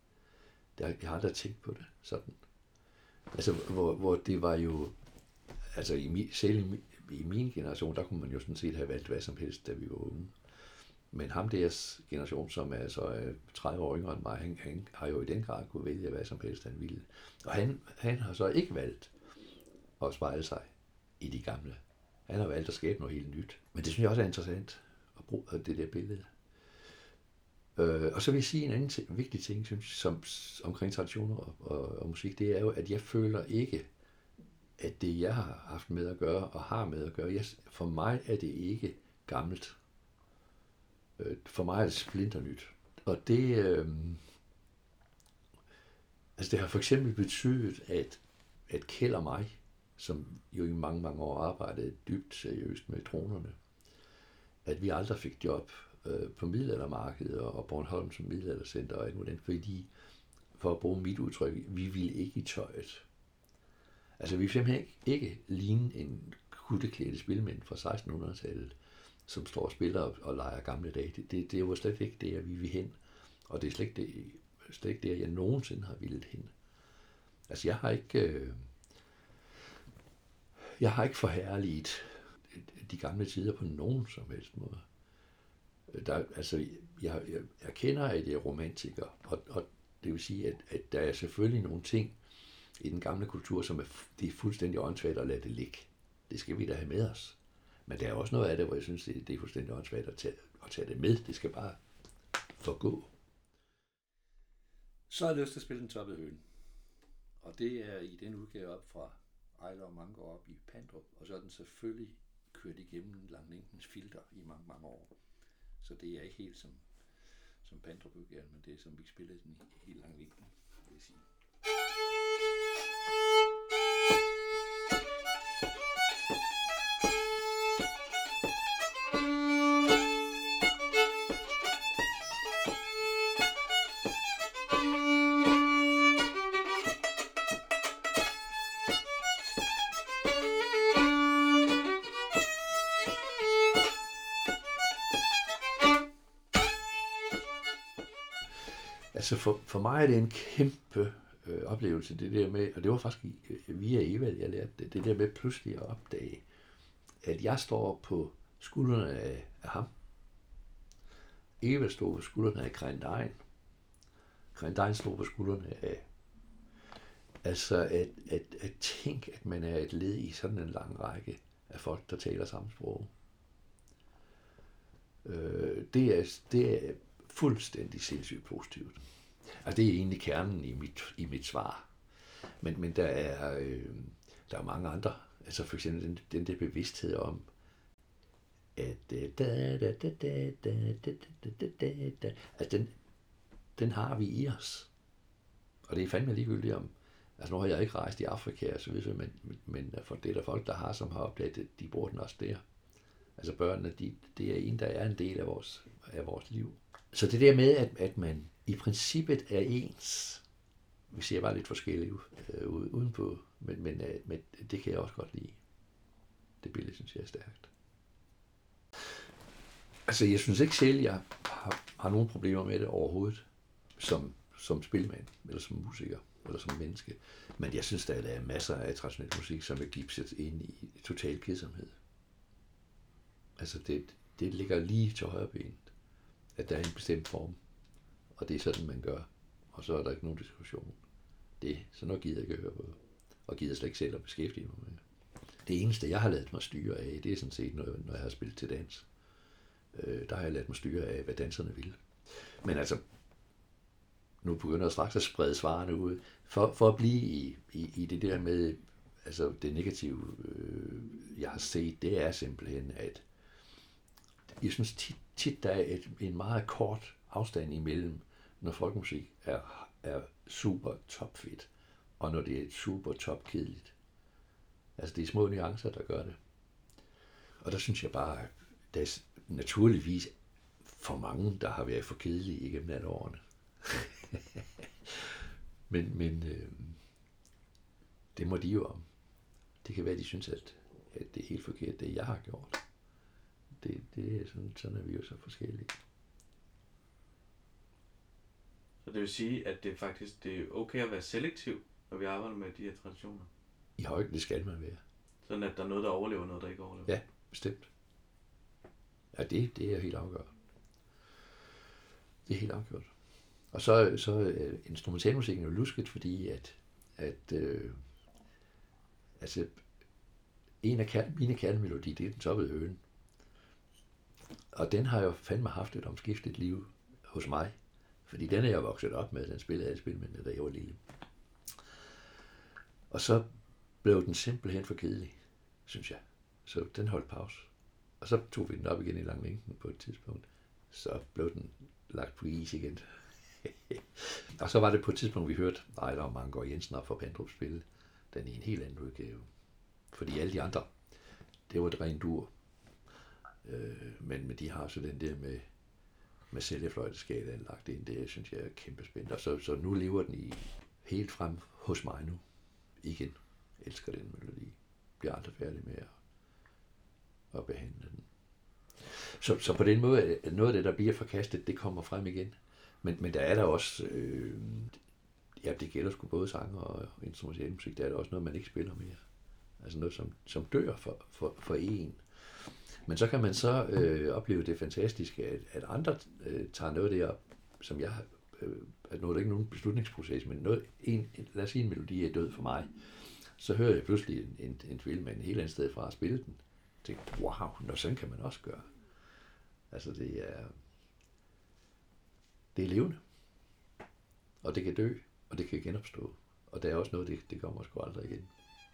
S2: Jeg har aldrig tænkt på det sådan. Altså, hvor, hvor det var jo, altså i mi, selv i, i min generation, der kunne man jo sådan set have valgt hvad som helst, da vi var unge. Men ham deres generation, som er så tredive år yngre end mig, han, han har jo i den grad kunne vælge hvad som helst, han ville. Og han, han har så ikke valgt at spejle sig i de gamle. Han har valgt at skabe noget helt nyt. Men det synes jeg også er interessant at bruge det der billede. Øh, og så vil jeg sige en anden ting, vigtig ting, synes jeg, som, omkring traditioner og, og, og musik, det er jo, at jeg føler ikke, at det jeg har haft med at gøre og har med at gøre, jeg, for mig er det ikke gammelt. Øh, for mig er det splinternyt. Og det, øh, altså det har for eksempel betydet, at, at Kjeld og mig, som jo i mange, mange år arbejdede dybt seriøst med dronerne, at vi aldrig fik job øh, på middelaldermarkedet og Bornholm som middelaldercenter og alt muligt, fordi, for at bruge mit udtryk, vi ville ikke i tøjet. Altså vi vil simpelthen ikke ligne en kutteklædte spilmænd fra sekstenhundredetallet, som står og spiller og, og leger gamle dage. Det, det, det var slet ikke det, vi vil hen. Og det er slet ikke det, slet ikke det, jeg nogensinde har ville hen. Altså jeg har ikke... Øh, Jeg har ikke forherliget de gamle tider på nogen som helst måde. Der, altså, jeg, jeg, jeg kender, at jeg er romantiker, og, og det vil sige, at, at der er selvfølgelig nogle ting i den gamle kultur, som er, det er fuldstændig åndssvagt at lade det ligge. Det skal vi da have med os. Men der er også noget af det, hvor jeg synes, det, det er fuldstændig åndssvagt at tage, at tage det med. Det skal bare forgå. Så har jeg lyst til at spille Den Toppede Høne. Og det er i den udgave op fra Ejler og Mango op i Pandrup, og så er den selvfølgelig kørt igennem Langlængdens filter i mange, mange år. Så det er ikke helt som, som Pandrup-udgaven, men det er som vi spillede den i helt Langlængden, vil jeg sige. Altså for, for mig er det en kæmpe øh, oplevelse, det der med, og det var faktisk øh, via Eva, jeg lærte det, det der med pludselig at opdage, at jeg står på skuldrene af, af ham. Eva stod på skuldrene af Krendein. Krendein stod på skuldrene af. Altså at, at, at tænke, at man er et led i sådan en lang række af folk, der taler samme sprog. Øh, det, er, det er fuldstændig sindssygt positivt. Altså det er egentlig kernen i mit, i mit svar. Men, men der er øh, der er mange andre. Altså for eksempel den, den der bevidsthed om, at da, da, da, da, da, da, da, da, da, altså den, den har vi i os. Og det er fandme ligegyldigt om, altså nu har jeg ikke rejst i Afrika og så videre, men, men for det er der folk, der har, som har opdaget, at de bruger den også der. Altså børnene, de, det er en, der er en del af vores, af vores liv. Så det der med, at, at man i princippet er ens, vi ser bare lidt forskellige øh, udenpå, men, men, øh, men det kan jeg også godt lide. Det billede, synes jeg er stærkt. Altså, jeg synes ikke selv, jeg har, har nogen problemer med det overhovedet, som, som spilmand, eller som musiker, eller som menneske. Men jeg synes, der er masser af traditionel musik, som er gipset ind i total kedsomhed. Altså, det, det ligger lige til højre benet, at der er en bestemt form, og det er sådan, man gør. Og så er der ikke nogen diskussion. Det, så noget gider jeg ikke høre på, og gider slet ikke selv at beskæftige mig med. Det eneste, jeg har ladet mig styre af, det er sådan set, når, når jeg har spillet til dans. Øh, der har jeg ladet mig styre af, hvad danserne vil. Men altså, nu begynder jeg straks at sprede svarene ud. For, for at blive i, i, i det der med, altså det negative, øh, jeg har set, det er simpelthen, at jeg synes tit, tit der er et, en meget kort afstand imellem, når folkemusik er, er super topfedt, og når det er super top kedeligt. Altså det er små nuancer, der gør det. Og der synes jeg bare, der er naturligvis for mange, der har været for kedelige igennem alle årene. men men øh, det må de jo om. Det kan være, de synes, at, at det er helt forkert, det jeg har gjort. Det, det er sådan, sådan er vi jo så forskellige.
S1: Så det vil sige, at det faktisk det er okay at være selektiv, når vi arbejder med de her traditioner?
S2: I højden, det skal man være.
S1: Sådan at der er noget, der overlever, noget, der ikke overlever.
S2: Ja, bestemt. Ja, det, det er helt afgjort. Det er helt afgjort. Og så, så uh, instrumentalmusikken er jo lusket, fordi at, at uh, altså, en af kern, mine kernemelodier, det er den toppede høne. Og den har jo fandme haft et omskiftet liv hos mig. Fordi den er jeg vokset op med, den spillede jeg spilmændene, da jeg var lille. Og så blev den simpelthen for kedelig, synes jeg. Så den holdt pause. Og så tog vi den op igen i Langvinken på et tidspunkt. Så blev den lagt på is igen. Og så var det på et tidspunkt, vi hørte, nej, der var Mangor Jensen og Forpandrup spille den i en helt anden udgave. Fordi alle de andre, det var et rent dur. Øh, men, men de har så den der med, med sælgefløjteskalaen lagt ind, det synes jeg er kæmpe spændende. Og så, så nu lever den i helt frem hos mig nu. Igen. Jeg elsker den melodi. Bliver aldrig færdig med at, at behandle den. Så, så på den måde, noget af det, der bliver forkastet, det kommer frem igen. Men, men der er der også, øh, ja, det gælder sgu både sanger og instrumentalmusik, der er der også noget, man ikke spiller mere. Altså noget, som, som dør for, for, for en. Men så kan man så øh, opleve det fantastiske, at, at andre øh, tager noget af det op, som jeg har, øh, at noget er ikke nogen beslutningsproces, men noget, en, lad os sige, en melodi er død for mig. Så hører jeg pludselig en, en, en spilmand et helt andet sted fra at spille den. Jeg tænker, wow, nå, sådan kan man også gøre. Altså det er, det er levende. Og det kan dø, og det kan genopstå. Og der er også noget, det, det kommer sgu aldrig igen.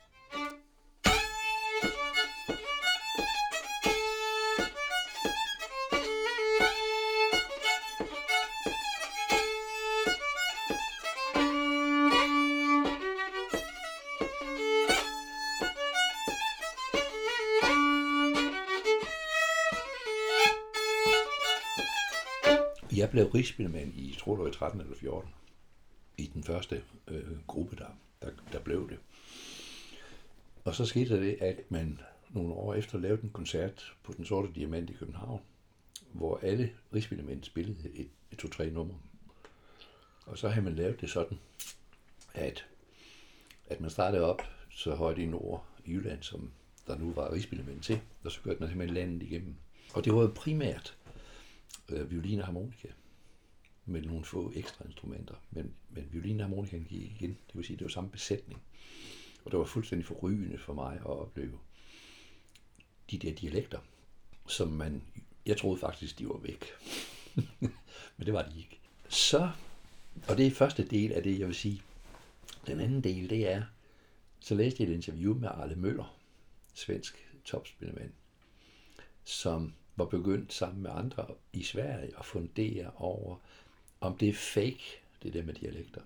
S2: Jeg blev rigsspilmand i, tror du, i tretten eller fjorten. I den første øh, gruppe, der, der, der blev det. Og så skete det, at man nogle år efter lavede en koncert på Den Sorte Diamant i København, hvor alle rigsspilmænd spillede et, et to-tre nummer. Og så havde man lavet det sådan, at, at man startede op så højt i nord i Jylland, som der nu var rigsspilmænd til, og så kørte man simpelthen landet igennem. Og det var jo primært øh, violin og harmonika, med nogle få ekstra instrumenter. Men, men violin og harmonikaen gik igen, det vil sige, det var samme besætning. Og det var fuldstændig forrygende for mig at opleve de der dialekter, som man, jeg troede faktisk, de var væk. Men det var de ikke. Så, og det er første del af det, jeg vil sige. Den anden del, det er, så læste jeg et interview med Arle Møller, svensk topspillermand, som var begyndt sammen med andre i Sverige at fundere over, om det er fake, det der med dialekter.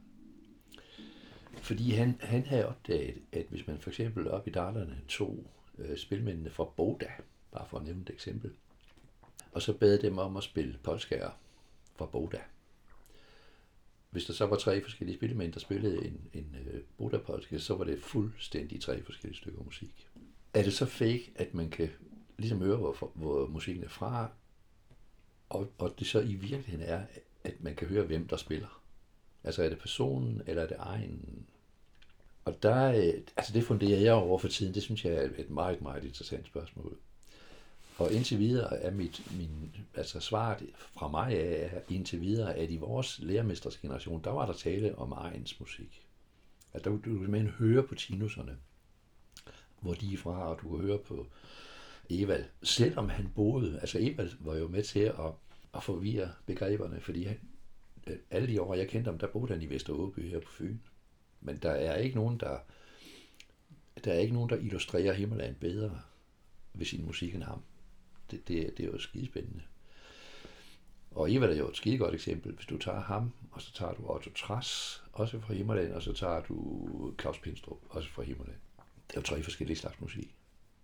S2: Fordi han, han havde opdaget, at hvis man for eksempel op i Dalarne tog øh, spilmændene fra Boda, bare for at nævne et eksempel, og så bad dem om at spille polskaer fra Boda. Hvis der så var tre forskellige spilmænd, der spillede en, en øh, Boda-polska, så var det fuldstændig tre forskellige stykker musik. Er det så fake, at man kan ligesom høre, hvor, hvor musikken er fra, og, og det så i virkeligheden er, at man kan høre, hvem der spiller? Altså er det personen, eller er det egen? Og der, altså det funderer jeg over for tiden, det synes jeg er et meget, meget interessant spørgsmål. Og indtil videre er mit, min, altså svaret fra mig er indtil videre, at i vores lærermesters generation, der var der tale om egens musik. At der, du kan simpelthen høre på tinuserne, hvor de er fra, og du kan høre på Evald. Selvom han boede, altså Evald var jo med til at, at forvirre begreberne, fordi han, alle de år, jeg kendte ham, der boede han i Vesteråby her på Fyn. Men der er ikke nogen, der, der er ikke nogen, der illustrerer Himmerland bedre ved sin musik end ham. Det, det, det er jo skidespændende. Og Evald er jo et skide godt eksempel. Hvis du tager ham, og så tager du Otto Trass, også fra Himmerland, og så tager du Claus Pinstrup, også fra Himmerland. Det er jo tre forskellige slags musik.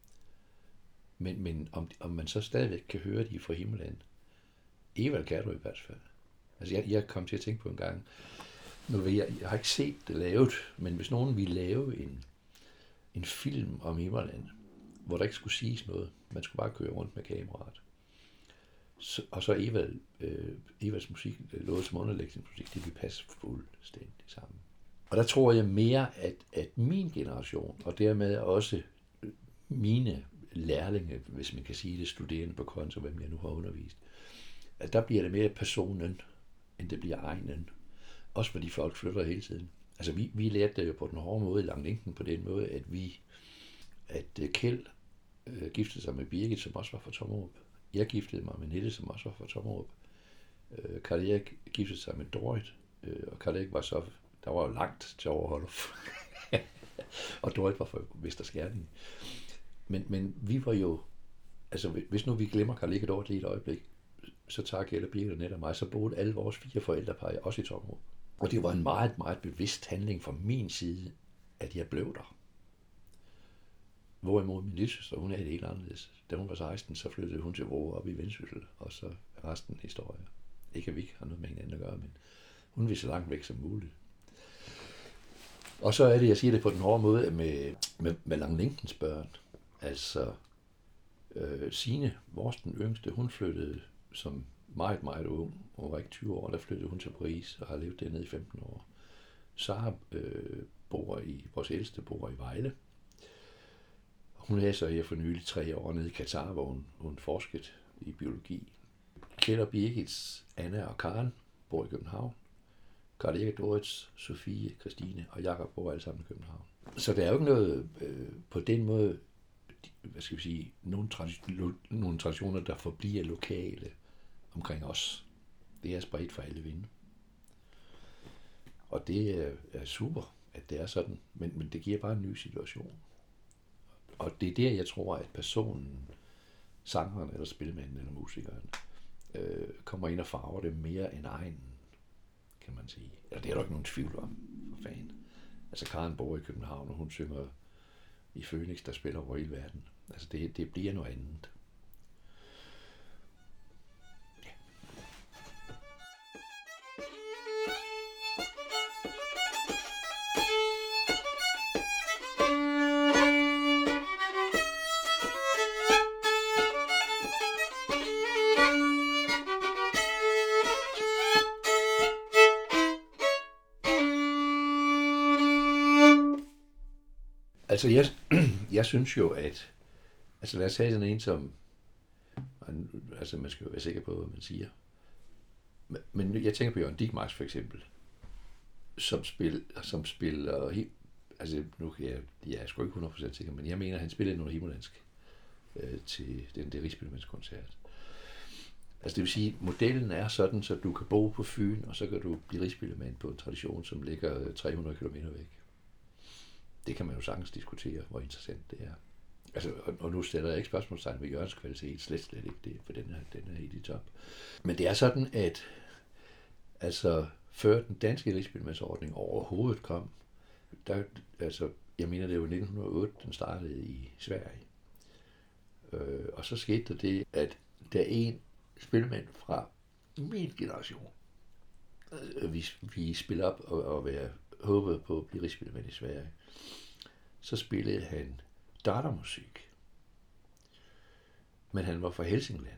S2: Men, men om, om man så stadigvæk kan høre de fra Himmerland, Evald kan du i hvert fald. Altså jeg, jeg kom til at tænke på en gang, nu ved jeg, jeg har ikke set det lavet, men hvis nogen ville lave en, en film om Himmerland, hvor der ikke skulle siges noget, man skulle bare køre rundt med kameraet, så, og så Evald, øh, Evalds musik, låget som underlægningsmusik, det ville passe fuldstændig sammen. Og der tror jeg mere, at, at min generation, og dermed også mine lærlinge, hvis man kan sige det, studerende på konto, hvem jeg nu har undervist, at der bliver det mere personen, end det bliver egnen. Også fordi folk flytter hele tiden. Altså vi, vi lærte det jo på den hårde måde i Langlinken, på den måde, at vi, at Kjeld øh, giftede sig med Birgit, som også var fra Tommerup. Jeg giftede mig med Nette, som også var fra Tommerup. Øh, Karl Erik giftede sig med Dorit, øh, og Karl Erik var så, der var jo langt til Overholuf. Og Dorit var fra Vesterskærning. Men, men vi var jo, altså hvis nu vi glemmer Karl Erik Dorit lige et øjeblik, så tager Kjeld og Birgit og Nette og mig, så boede alle vores fire forældrepar også i Tommerup. Og det var en meget, meget bevidst handling fra min side, at jeg blev der. Hvorimod min lillesøster, hun er det helt anderledes. Da hun var seksten, så flyttede hun til Vrå op i Vendsyssel, og så er resten historie. Ikke at vi ikke har noget med hinanden at gøre, men hun vil så langt væk som muligt. Og så er det, jeg siger det på den hårde måde, med, med, med Langlinkens børn. Altså, øh, Signe, vores den yngste, hun flyttede som meget, meget ung. Hun var ikke tyve år, der flyttede hun til Paris og har levet dernede i femten år. Sara øh, bor i, vores ældste bor i Vejle. Hun havde så her for nylig tre år nede i Katar, hvor hun, hun forskede i biologi. Kjeld og Birgits, Anna og Karen bor i København. Karl Erik, Dorits, Sofie, Christine og Jakob bor alle sammen i København. Så der er jo ikke noget øh, på den måde, hvad skal vi sige, nogle, tradition, nogle traditioner, der forbliver lokale omkring os. Det er spredt for alle vinde. Og det er, er super, at det er sådan, men, men det giver bare en ny situation. Og det er der, jeg tror, at personen, sangeren eller spillemanden eller musikeren, øh, kommer ind og farver det mere end egnen, kan man sige. Eller det er der ikke nogen tvivl om, for fanden. Altså Karen bor i København, og hun synger i Phoenix, der spiller over hele verden. Altså det, det bliver noget andet. Altså, jeg, jeg synes jo, at... Altså, lad os tage sådan en, som... Man, altså, man skal jo være sikker på, hvad man siger. Men, men jeg tænker på Jørgen Digmark, for eksempel, som, spil, som spiller... Helt, altså, nu kan jeg... Jeg er sgu ikke hundrede procent sikker, men jeg mener, at han spillede noget himmellandsk øh, til den der Rigsspillemandskoncert. Altså, det vil sige, modellen er sådan, så du kan bo på Fyn, og så kan du blive rigsspillemand på en tradition, som ligger tre hundrede kilometer væk. Det kan man jo sagtens diskutere, hvor interessant det er. Altså, og, og nu stiller jeg ikke spørgsmålstegn ved Jørgens kvalitet, slet slet ikke det, for den er, den er helt i top. Men det er sådan, at altså, før den danske rigsspillemandsordning overhovedet kom, der, altså, jeg mener, det var nitten hundrede og otte, den startede i Sverige. Øh, og så skete der det, at der en spillemand fra min generation, øh, vi, vi spillede op og, og være håbede på at blive rigsspillemand i Sverige, så spillede han dartermusik. Men han var fra Helsingland.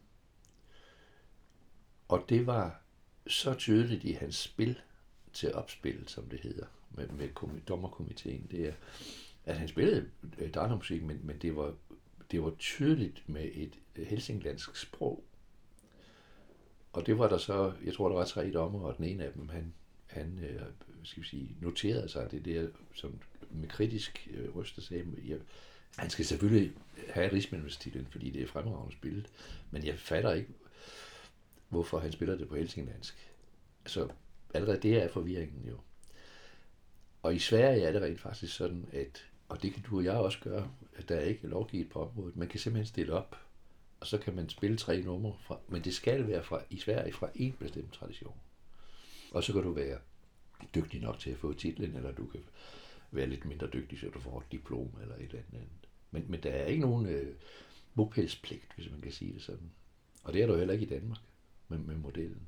S2: Og det var så tydeligt i hans spil til opspil, som det hedder, med, med dommerkomiteen, det er, at han spillede dartermusik, men, men det, var, det var tydeligt med et helsinglandsk sprog. Og det var der så, jeg tror, der var tre dommer, og den ene af dem, han han øh, skal vi sige, noterede sig det der, som med kritisk øh, røst og sagde, jeg, han skal selvfølgelig have rigsspillemandstitlen, fordi det er fremragende spillet, men jeg fatter ikke, hvorfor han spiller det på helsinglandsk. Altså, allerede det er forvirringen jo. Og i Sverige er det rent faktisk sådan, at, og det kan du og jeg også gøre, at der er ikke lovgivet på området, man kan simpelthen stille op, og så kan man spille tre numre fra, men det skal være fra, i Sverige fra en bestemt tradition. Og så kan du være dygtig nok til at få titlen, eller du kan være lidt mindre dygtig, så du får et diplom eller et eller andet. Men, men der er ikke nogen øh, bopælspligt, hvis man kan sige det sådan. Og det er der jo heller ikke i Danmark med, med modellen.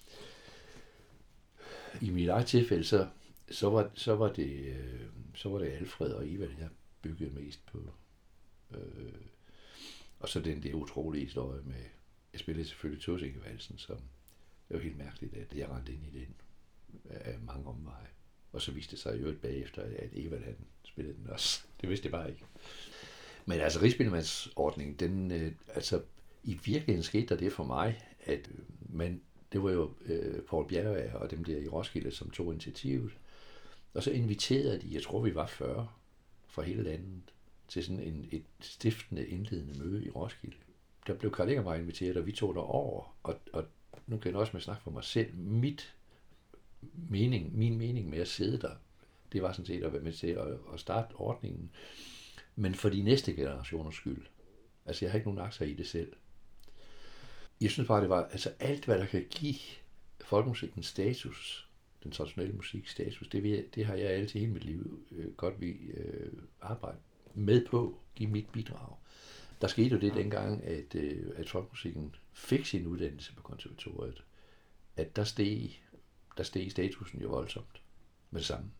S2: I mit eget tilfælde, så, så, var, så, var det, øh, så var det Alfred og Eva, jeg byggede mest på. Øh, og så den der utrolige historie med, jeg spillede selvfølgelig Tåsingevalsen, som det var helt mærkeligt, at jeg rendte ind i den af mange omveje. Og så viste det sig jo bagefter, at Eva han spillede den også. Det vidste jeg bare ikke. Men altså rigsspillemandsordningen, den, øh, altså i virkeligheden skete der det for mig, at øh, man, det var jo øh, Poul Bjerre og dem der i Roskilde, som tog initiativet. Og så inviterede de, jeg tror vi var fyrre fra hele landet, til sådan en, et stiftende indledende møde i Roskilde. Der blev Karl Inger mig inviteret, og vi tog derover, og, og nu kan jeg også med snakke for mig selv. Mit mening, min mening med at sidde der, det var sådan set at være med til at, at starte ordningen, men for de næste generationers skyld. Altså jeg har ikke nogen aktier i det selv. Jeg synes bare, det var altså alt, hvad der kan give folkemusikken status, den traditionelle musik status, det, jeg, det har jeg altid hele mit liv øh, godt vil øh, arbejde med på, give mit bidrag. Der skete jo det dengang, at, øh, at folkemusikken fik sin uddannelse på konservatoriet, at der steg, der steg statusen jo voldsomt med det samme.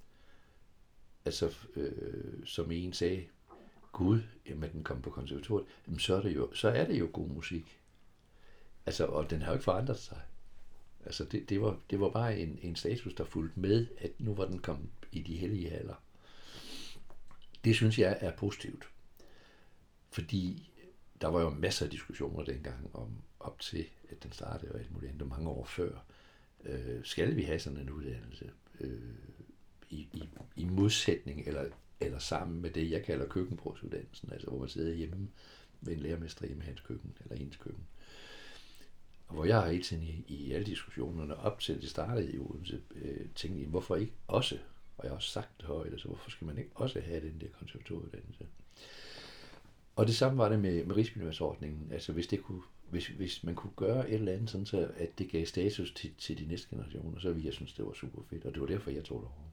S2: Altså, øh, som en sagde, Gud, jamen den kom på konservatoriet, jamen, så, er det jo, så er det jo god musik. Altså, og den har jo ikke forandret sig. Altså, det, det, var, det var bare en, en status, der fulgte med, at nu var den kommet i de hellige haller. Det synes jeg er positivt. Fordi der var jo masser af diskussioner dengang om, op til, at den startede og alt muligt andet mange år før. Øh, skal vi have sådan en uddannelse? Øh, i, i, I modsætning eller, eller sammen med det, jeg kalder køkkenbrugsuddannelsen, altså hvor man sidder hjemme med en lærermester hjemme i hans køkken, eller ens køkken. Og hvor jeg har hele tiden i, i alle diskussionerne op til det startede i Odense, øh, tænkte, hvorfor ikke også, og jeg har også sagt det højt, altså hvorfor skal man ikke også have den der konservatorieuddannelse? Og det samme var det med, med rigsspillemandsordningen, altså hvis, det kunne, hvis, hvis man kunne gøre et eller andet, sådan så, at det gav status til, til de næste generationer, så ville jeg synes, det var super fedt, og det var derfor, jeg tog det over.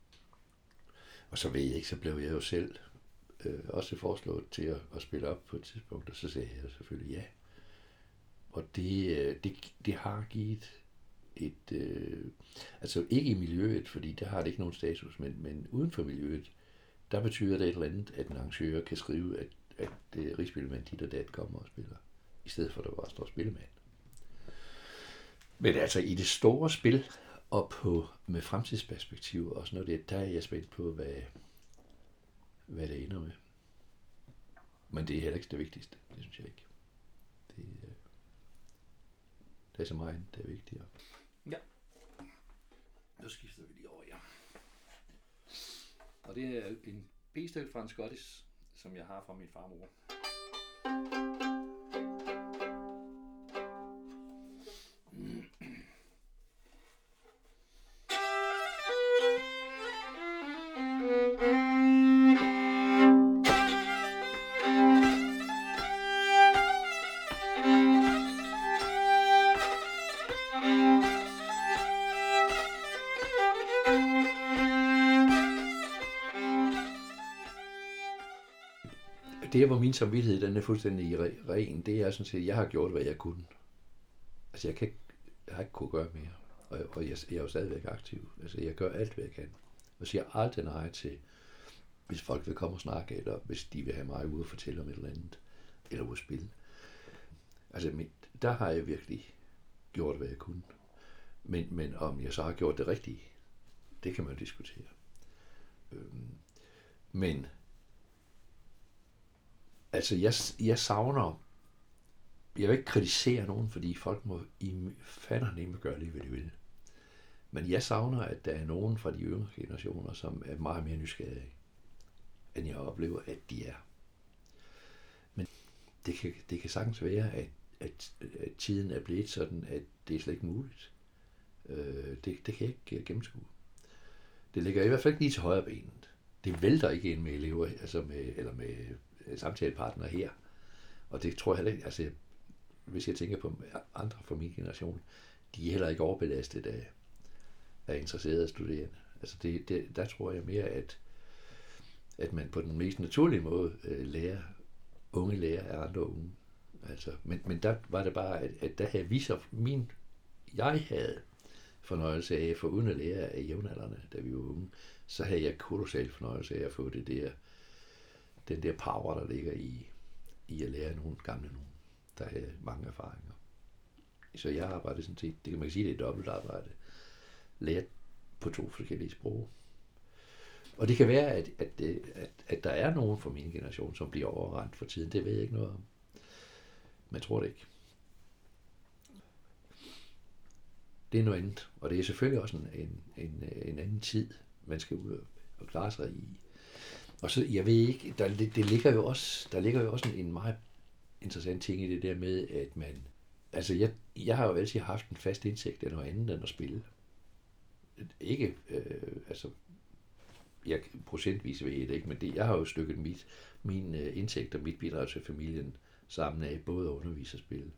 S2: Og så ved jeg ikke, så blev jeg jo selv øh, også foreslået til at, at spille op på et tidspunkt, og så sagde jeg selvfølgelig ja. Og det, det, det har givet et, øh, altså ikke i miljøet, fordi der har det ikke nogen status, men, men uden for miljøet, der betyder det et eller andet, at en arrangør kan skrive, at, at det rigsspillemand dit og dat kommer og spiller, i stedet for at der bare står spillemand. Men altså i det store spil, og på, med fremtidsperspektiv og sådan noget, det, der er jeg spændt på, hvad, hvad det ender med. Men det er heller ikke det vigtigste, det synes jeg ikke. Det, det er så meget, det er vigtigere. Ja. Nu skifter vi lige over, ja. Og det er en B-stykke fra en Scottish, som jeg har fra min farmor. Det, hvor min samvittighed, den er fuldstændig ren, det er sådan set, at jeg har gjort, hvad jeg kunne. Altså, jeg, kan ikke, jeg har ikke kunne gøre mere. Og, og jeg, jeg er jo stadigvæk aktiv. Altså, jeg gør alt, hvad jeg kan. Og siger aldrig nej til, hvis folk vil komme og snakke, eller hvis de vil have mig ude og fortælle om et eller andet, eller ude at spille. Altså, mit, der har jeg virkelig gjort, hvad jeg kunne. Men, men om jeg så har gjort det rigtige, det kan man jo diskutere. Øhm, men altså, jeg, jeg savner, jeg vil ikke kritisere nogen, fordi folk må i fanderne gøre lige, hvad de vil. Men jeg savner, at der er nogen fra de yngre generationer, som er meget mere nysgerrige, end jeg oplever, at de er. Men det kan, det kan sagtens være, at, at, at tiden er blevet sådan, at det er slet ikke muligt. Øh, det, det kan jeg ikke gennemskue. Det ligger i hvert fald ikke lige til højre benet. Det vælter ikke ind med elever, altså med, eller med samtalepartnere her. Og det tror jeg heller ikke, altså hvis jeg tænker på andre fra min generation, de er heller ikke overbelastet af, af interesserede studerende. Altså det, det, der tror jeg mere, at, at man på den mest naturlige måde øh, lærer, unge lærer af andre unge. Altså, men, men der var det bare, at, at der havde vi så, min, jeg havde fornøjelse af, for uden at lære af jævnaldrende, da vi var unge, så havde jeg kolossal fornøjelse af at få det der, den der power, der ligger i, i at lære nogle gamle nogen, der har mange erfaringer. Så jeg arbejder sådan set, det kan man kan sige, det er dobbelt arbejde. Lære på to forskellige sprog. Og det kan være, at, at, at, at der er nogen fra min generation, som bliver overrendt for tiden. Det ved jeg ikke noget om. Men jeg tror det ikke. Det er noget andet. Og det er selvfølgelig også en, en, en, en anden tid, man skal ud og klare sig i. Og så, jeg ved ikke, der, det ligger jo også, der ligger jo også en, en meget interessant ting i det der med, at man... Altså, jeg, jeg har jo altid haft en fast indsigt af noget andet end at spille. Ikke, øh, altså... Jeg procentvis ved det ikke, men det, jeg har jo stykket mit, min øh, indtægt og mit bidrag til familien sammen af både at undervise og spille.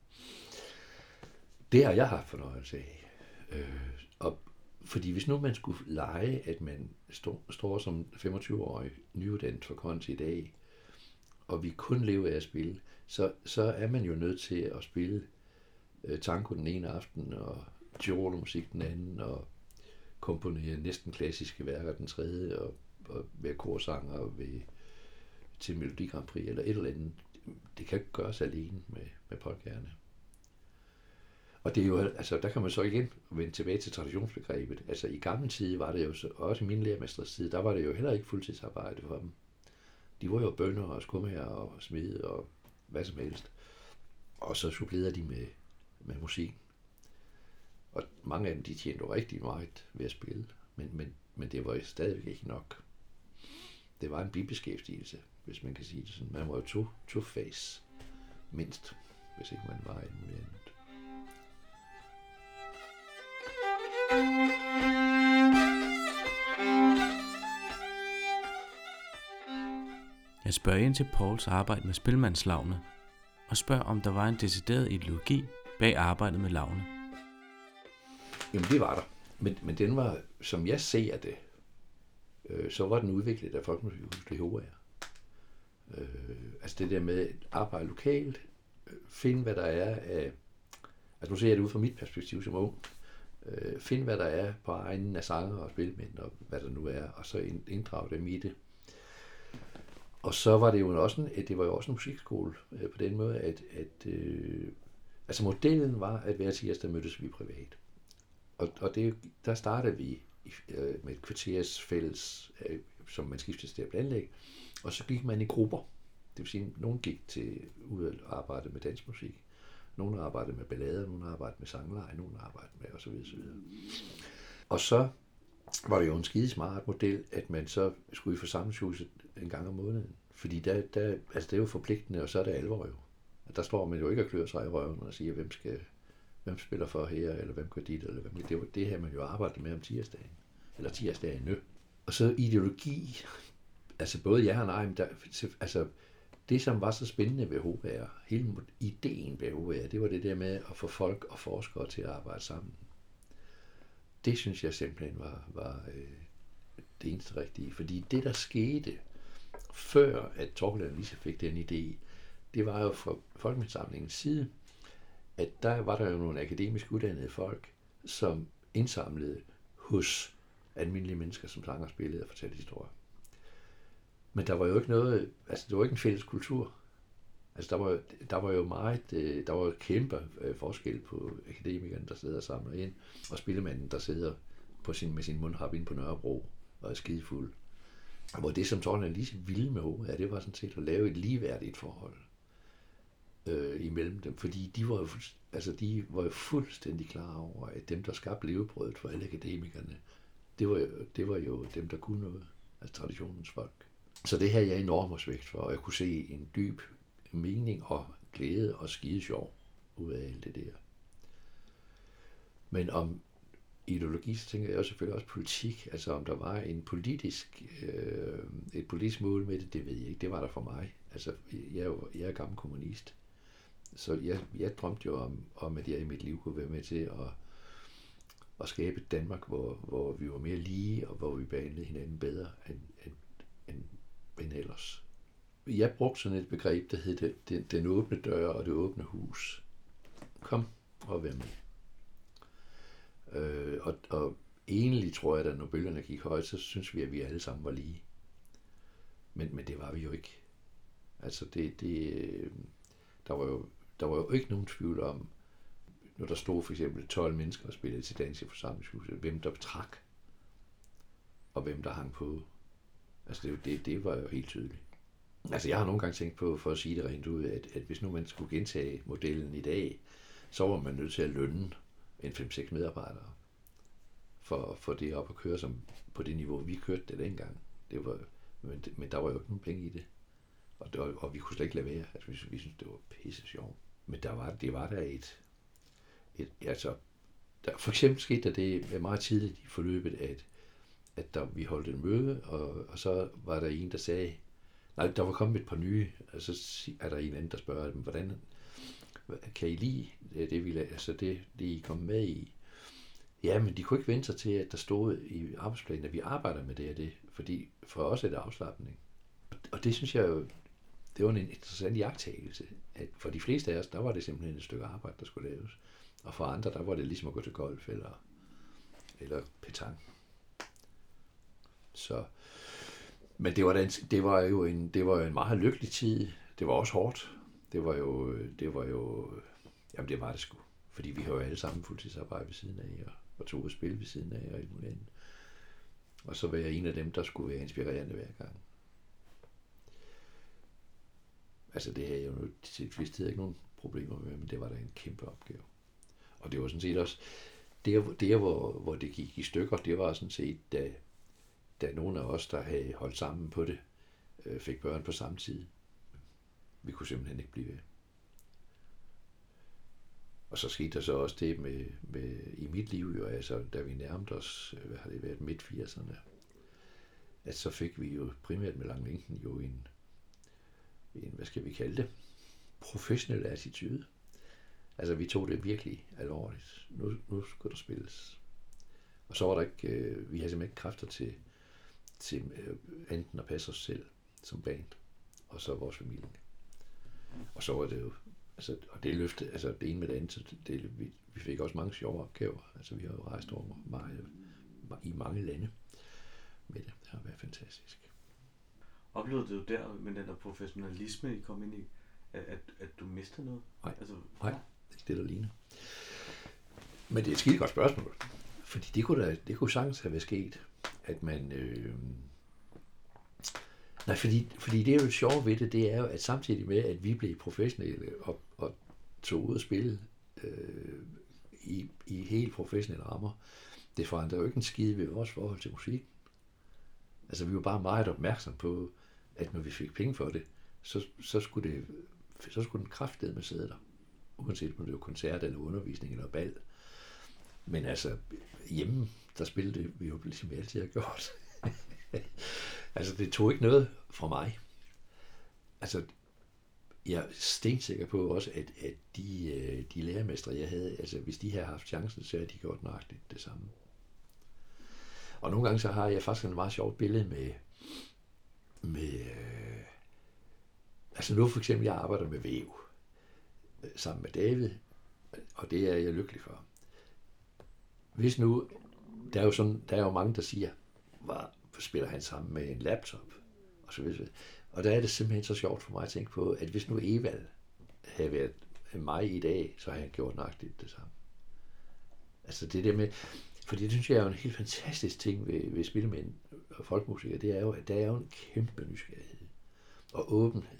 S2: Det har jeg haft fornøjelse af. Øh, og fordi hvis nu man skulle lege, at man stå, står som femogtyve-årig nyuddannet for Konti i dag, og vi kun lever af at spille, så, så er man jo nødt til at spille øh, tango den ene aften, og Giorno-musik den anden, og komponere næsten klassiske værker den tredje, og, og være korsanger ved, til Melodi Grand Prix, eller et eller andet. Det kan ikke gøres alene med, med polkaerne. Og det er jo, altså, der kan man så igen vende tilbage til traditionsbegrebet. Altså i gamle tid var det jo, så, også i min lærermesters tid, der var det jo heller ikke fuldtidsarbejde for dem. De var jo bønder og skumherrer og smede og hvad som helst. Og så supplerede de med, med musik. Og mange af dem, de tjente jo rigtig meget ved at spille. Men, men, men det var jo stadigvæk ikke nok. Det var en bibeskæftigelse, hvis man kan sige det sådan. Man var jo to, to face mindst, hvis ikke man var en mulig andet.
S1: Jeg spørger ind til Pauls arbejde med spilmandslavne, og spørger, om der var en decideret ideologi bag arbejdet med lavne.
S2: Jamen det var der, men, men den var, som jeg ser det, øh, så var den udviklet af Folkemusikhuset i H R. Øh, altså det der med at arbejde lokalt, øh, finde hvad der er af, altså nu ser jeg det ud fra mit perspektiv som ung, øh, finde hvad der er på egnen af sanger og spilmænd og hvad der nu er, og så inddrage dem i det. Og så var det jo også en, det var jo også en musikskole øh, på den måde, at, at øh, altså modellen var, at hver tirsdag mødtes vi privat. Og, og det, der startede vi øh, med et kvarters fælles, øh, som man skiftede til at planlægge, og så gik man i grupper. Det vil sige, at nogen gik til ud og arbejdede med dansmusik, nogen arbejdede med ballader, nogen arbejdede med sangleje, nogen arbejdede med osv. osv. Og så var det jo en skidesmart model, at man så skulle i forsamlingshuset en gang om måneden. Fordi der, der, altså det er jo forpligtende, og så er det alvor jo. Der står man jo ikke og klør sig i røven og siger, hvem skal, hvem spiller for her, eller hvem gør dit, eller hvem det, det her man jo arbejdet med om tirsdagen, eller tirsdagen nø. Og så ideologi, altså både ja og nej, men der, altså det som var så spændende ved H R, hele ideen ved H R, det var det der med at få folk og forskere til at arbejde sammen. Det synes jeg simpelthen var, var øh, det eneste rigtige, fordi det der skete, før at Torkel og Lise fik den idé, det var jo fra Folkemødesamlingens side, at der var der jo nogle akademisk uddannede folk, som indsamlede hos almindelige mennesker, som sang og spillede og fortalte historier. Men der var jo ikke noget, altså det var ikke en fælles kultur. Altså der var, der var jo meget, der var jo kæmpe forskel på akademikerne, der sidder og samler ind, og spillemanden, der sidder på sin, med sin mundharp inde på Nørrebro og er skidefuld. Hvor det, som Torkel og Lise ville med H R, det var sådan set at lave et ligeværdigt forhold øh, imellem dem, fordi de var, jo, altså de var jo fuldstændig klar over, at dem, der skabte levebrødet for alle akademikerne, det var, jo, det var jo dem, der kunne noget, altså traditionens folk. Så det her jeg er enormt respekt for, og jeg kunne se en dyb mening og glæde og skide sjov ud af alt det der. Men om ideologi, så tænker jeg også selvfølgelig også politik, altså om der var en politisk, øh, et politisk mål med det, det ved jeg ikke, det var der for mig. Altså, jeg er jo jeg er gammel kommunist, så jeg, jeg drømte jo om, om, at jeg i mit liv kunne være med til at, at skabe et Danmark, hvor, hvor vi var mere lige, og hvor vi behandlede hinanden bedre end, end, end, end ellers. Jeg brugte sådan et begreb, der hed det, den, den åbne dør og det åbne hus. Kom og vær med. Øh, og, og egentlig tror jeg, at når bølgerne gik højt, så synes vi, at vi alle sammen var lige. Men, men det var vi jo ikke. Altså, det, det, der, var jo, der var jo ikke nogen tvivl om, når der stod for eksempel tolv mennesker og spillede til dans i forsamlingshuset, hvem der trak, og hvem der hang på. Altså det, det, det var jo helt tydeligt. Altså jeg har nogle gange tænkt på, for at sige det rent ud, at, at hvis nu man skulle gentage modellen i dag, så var man nødt til at lønne en fem seks medarbejdere for, for det op at køre som på det niveau, vi kørte det dengang. Det var, men, men der var jo ikke nogen penge i det. Og, det var, og vi kunne slet ikke lade være. Altså, vi, vi syntes, det var pisse sjovt. Men der var, det var der et... et altså, der, for eksempel skete der det meget tidligt i forløbet, at, at der, vi holdt en møde, og, og så var der en, der sagde... Nej, der var kommet et par nye, og så er der en anden, der spørger dem, hvordan kan I lide det, vi, altså det, det, I kom med i? Ja, men de kunne ikke vente sig til, at der stod i arbejdsplanen, at vi arbejder med det og det, fordi for os er det afslapning. Og det synes jeg jo, det var en interessant iagttagelse, at for de fleste af os, der var det simpelthen et stykke arbejde, der skulle laves. Og for andre, der var det ligesom at gå til golf eller, eller petang. Så, men det var, den, det var jo en, det var en meget lykkelig tid. Det var også hårdt. Det var jo, det var jo, jamen det var det sgu. Fordi vi har jo alle sammen fuldtidsarbejde ved siden af, og, og tog at spille ved siden af, og alt muligt andet. Og så var jeg en af dem, der skulle være inspirerende hver gang. Altså det havde jeg jo til et vist tid ikke nogen problemer med, men det var da en kæmpe opgave. Og det var sådan set også, det, det hvor, hvor det gik i stykker, det var sådan set, da, da nogle af os, der havde holdt sammen på det, øh, fik børn på samme tid. Vi kunne simpelthen ikke blive ved. Og så skete der så også det med, med i mit liv, jo, altså, da vi nærmede os, hvad har det været, midt firserne, at så fik vi jo primært med Langvinken jo en, en, hvad skal vi kalde det, professionel attitude. Altså vi tog det virkelig alvorligt. Nu, nu skulle der spilles. Og så var der ikke, øh, vi havde simpelthen ikke kræfter til, til øh, enten at passe os selv som band, og så vores familie. Og så var det jo, altså, og det løfte, altså det ene med det andet, så det, vi, vi fik også mange sjove opgaver. Altså vi har jo rejst over meget, i mange lande med det. Det har været fantastisk.
S1: Oplevede du der med den der professionalisme, I kom ind i, at, at, at du mistede noget?
S2: Nej,
S1: altså,
S2: nej, det er det, der ligner. Men det er et skide godt spørgsmål. Fordi det kunne, da, det kunne sagtens have været sket, at man... Øh... Nej, fordi, fordi det er jo sjovt ved det, det er jo, at samtidig med, at vi blev professionelle og, og tog ud og spille øh, i, i helt professionelle rammer, det forandrer jo ikke en skide ved vores forhold til musik. Altså vi var bare meget opmærksom på, at når vi fik penge for det, så, så skulle det så skulle den kraftedeme sidde der. Uanset om det var koncert eller undervisning eller bal. Men altså hjemme, der spillede vi jo ligesom vi altid har gjort. Altså det tog ikke noget fra mig. Altså jeg er stensikker på også, at, at de, de lærermestre, jeg havde, altså hvis de havde haft chancen, så havde de gjort nøjagtigt det samme. Og nogle gange så har jeg faktisk en meget sjovt billede med, med øh, altså nu for eksempel, jeg arbejder med væv øh, sammen med David, og det er jeg lykkelig for. Hvis nu, der er jo, sådan, der er jo mange, der siger, hvad spiller han sammen med en laptop? Og, så videre. Og der er det simpelthen så sjovt for mig at tænke på, at hvis nu Evald havde været mig i dag, så har han gjort nøjagtigt det samme. Altså det der med, fordi det synes jeg er jo en helt fantastisk ting ved, ved at spille med en folkmusiker, det er jo, at der er jo en kæmpe nysgerrighed og åbenhed.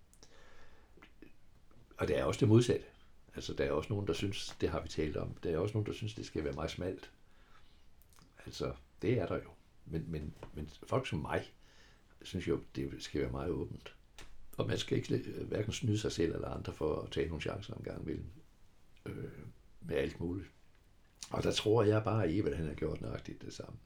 S2: Og der er også det modsatte. Altså der er også nogen, der synes, det har vi talt om, der er også nogen, der synes, det skal være meget smalt. Altså det er der jo. Men, men, men folk som mig, synes jo, det skal være meget åbent. Og man skal ikke hverken snyde sig selv eller andre for at tage nogle chancer en gang imellem. Øh, med alt muligt. Og der tror jeg bare, at Evald, han har gjort nøjagtigt det samme.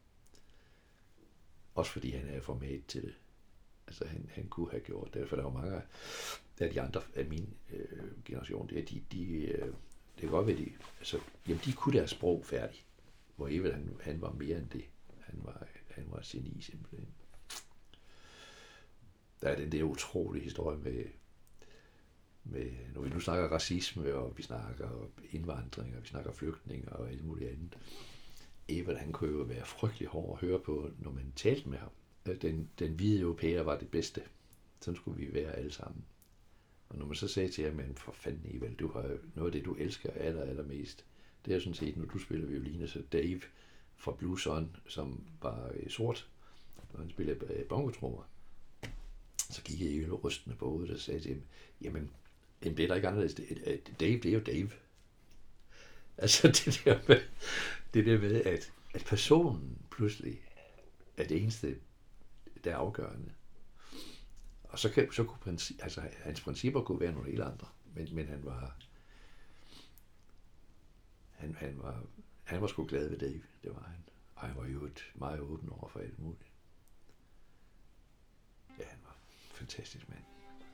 S2: Også fordi han er format til det. Altså han, han kunne have gjort det, for der var mange af de andre af min øh, generation, det, de, de, øh, det kan godt være, de, altså, jamen, de kunne deres sprog færdigt. Hvor Evald, han, han var mere end det. Han var, han var geni simpelthen. Der er den der utrolige historie med, med, når vi nu snakker racisme, og vi snakker indvandring, og vi snakker flygtninge og alt muligt andet. Evald, han kunne jo være frygtelig hård at høre på, når man talte med ham. Den, den hvide europæer var det bedste. Sådan skulle vi være alle sammen. Og når man så sagde til ham, men for fanden Evald, du har noget af det, du elsker aller, allermest. Det er jo sådan set, når du spiller violine, så Dave fra Blues On, som var sort, når han spillede bongotrommer, så kiggede jeg jo rystende på hovedet og sagde til ham, jamen, det er der ikke anderledes. Dave, det er jo Dave. Altså det der med, det der med at, at personen pludselig er det eneste, der er afgørende. Og så, kan, så kunne princi, altså, hans principper kunne være nogle helt andre, men, men han var han, han var han var sgu glad ved Dave, det var han. Og han var jo et meget åben over for alt muligt. Ja, han var en fantastisk mand.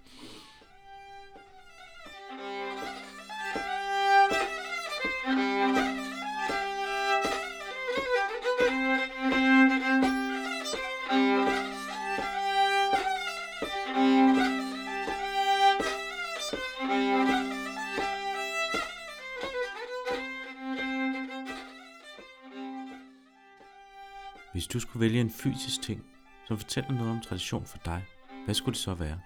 S1: Hvis du skulle vælge en fysisk ting, som fortæller noget om tradition for dig, hvad skulle det så være?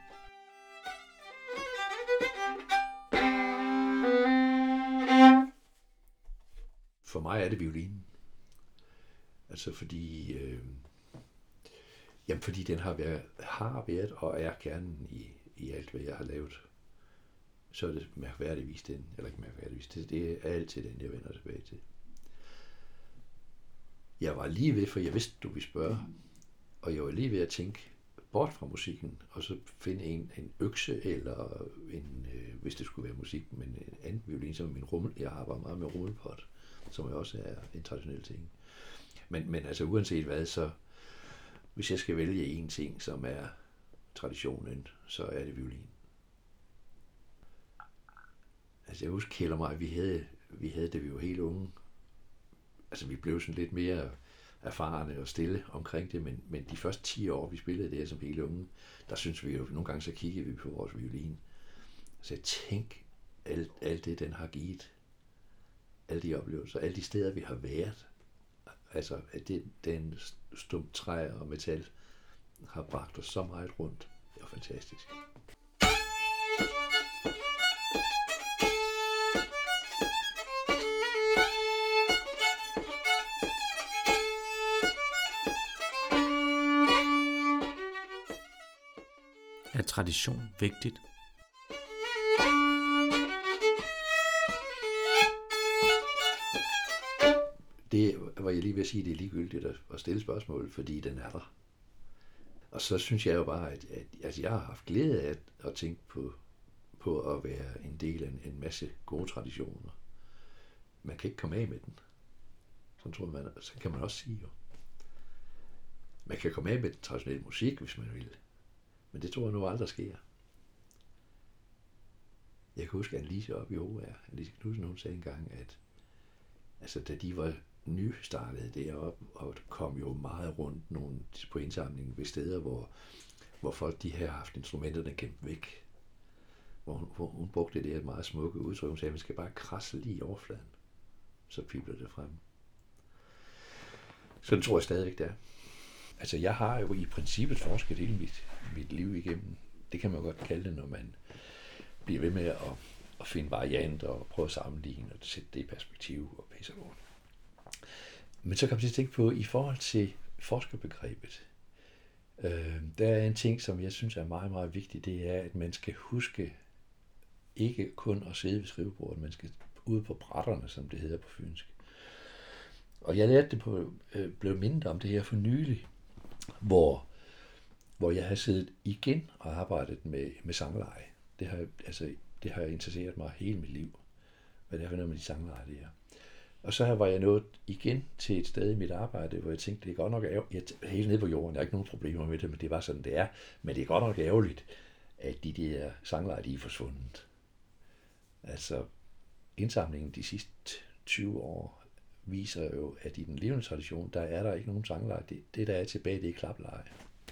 S2: For mig er det violinen. Altså fordi, øh, jamen fordi den har været, har været og er kernen i, i alt, hvad jeg har lavet. Så er det mærkværdigvis den, eller ikke mærkværdigvis, det, det er altid den, jeg vender tilbage til. Jeg var lige ved, for jeg vidste, du ville spørge, og jeg var lige ved at tænke bort fra musikken, og så finde en, en økse, eller en, øh, hvis det skulle være musik, men en anden violin, som min rummel. Jeg arbejder meget med rummelpot, som jo også er en traditionel ting. Men, men altså uanset hvad, så hvis jeg skal vælge en ting, som er traditionen, så er det violin. Altså jeg husker Kjeld og mig, vi havde, vi havde det, vi var helt unge. Altså vi blev sådan lidt mere erfarne og stille omkring det, men, men de første ti år, vi spillede det her som helt unge, der synes vi jo, nogle gange så kiggede vi på vores violin. Så jeg tænkte, alt, alt det, den har givet, alle de oplevelser, alle de steder, vi har været, altså at det, den stump træ og metal har bragt os så meget rundt. Det var fantastisk.
S1: Er tradition vigtigt?
S2: Det var jeg lige ved at sige, det er ligegyldigt at stille spørgsmål, fordi den er der. Og så synes jeg jo bare, at, at altså jeg har haft glæde af at, at tænke på, på at være en del af en, en masse gode traditioner. Man kan ikke komme af med den. Sådan tror man, så kan man også sige jo. Man kan komme af med den traditionelle musik, hvis man vil. Men det tror jeg nu aldrig sker. Jeg kan huske, at Annelise oppe i O R, Annelise Knudsen, hun sagde engang, at altså, da de var nystartede deroppe, og kom jo meget rundt nogle, på indsamlingen ved steder, hvor, hvor folk de havde haft instrumenterne gemt væk. Hvor hun, hvor hun brugte det der meget smukke udtryk. Hun sagde, at man skal bare krasse lige i overfladen. Så pibler det frem. Sådan tror jeg stadigvæk, det er. Altså, jeg har jo i princippet forsket hele mit, mit liv igennem. Det kan man godt kalde det, når man bliver ved med at, at finde varianter og prøve at sammenligne og sætte det i perspektiv og pisse rundt. Men så kan man til at tænke på, i forhold til forskerbegrebet, øh, der er en ting, som jeg synes er meget, meget vigtig, det er, at man skal huske ikke kun at sidde ved skrivebordet, man skal ud på brætterne, som det hedder på fynsk. Og jeg lærte det på, øh, blev mindet om det her for nylig, hvor, hvor jeg har siddet igen og arbejdet med, med sangleje. Det har, altså, det har interesseret mig hele mit liv, hvad det er for noget med de sangleje, det er. Og så var jeg nået igen til et sted i mit arbejde, hvor jeg tænkte, det er godt nok ærgerligt, jeg, helt nede på jorden, jeg har ikke nogen problemer med det, men det var sådan, det er, men det er godt nok ærgerligt, at de der sangleje, de er forsvundet. Altså, indsamlingen de sidste tyve år viser jo, at i den levende tradition, der er der ikke nogen sangleje. Det, det der er tilbage, det er klapleje.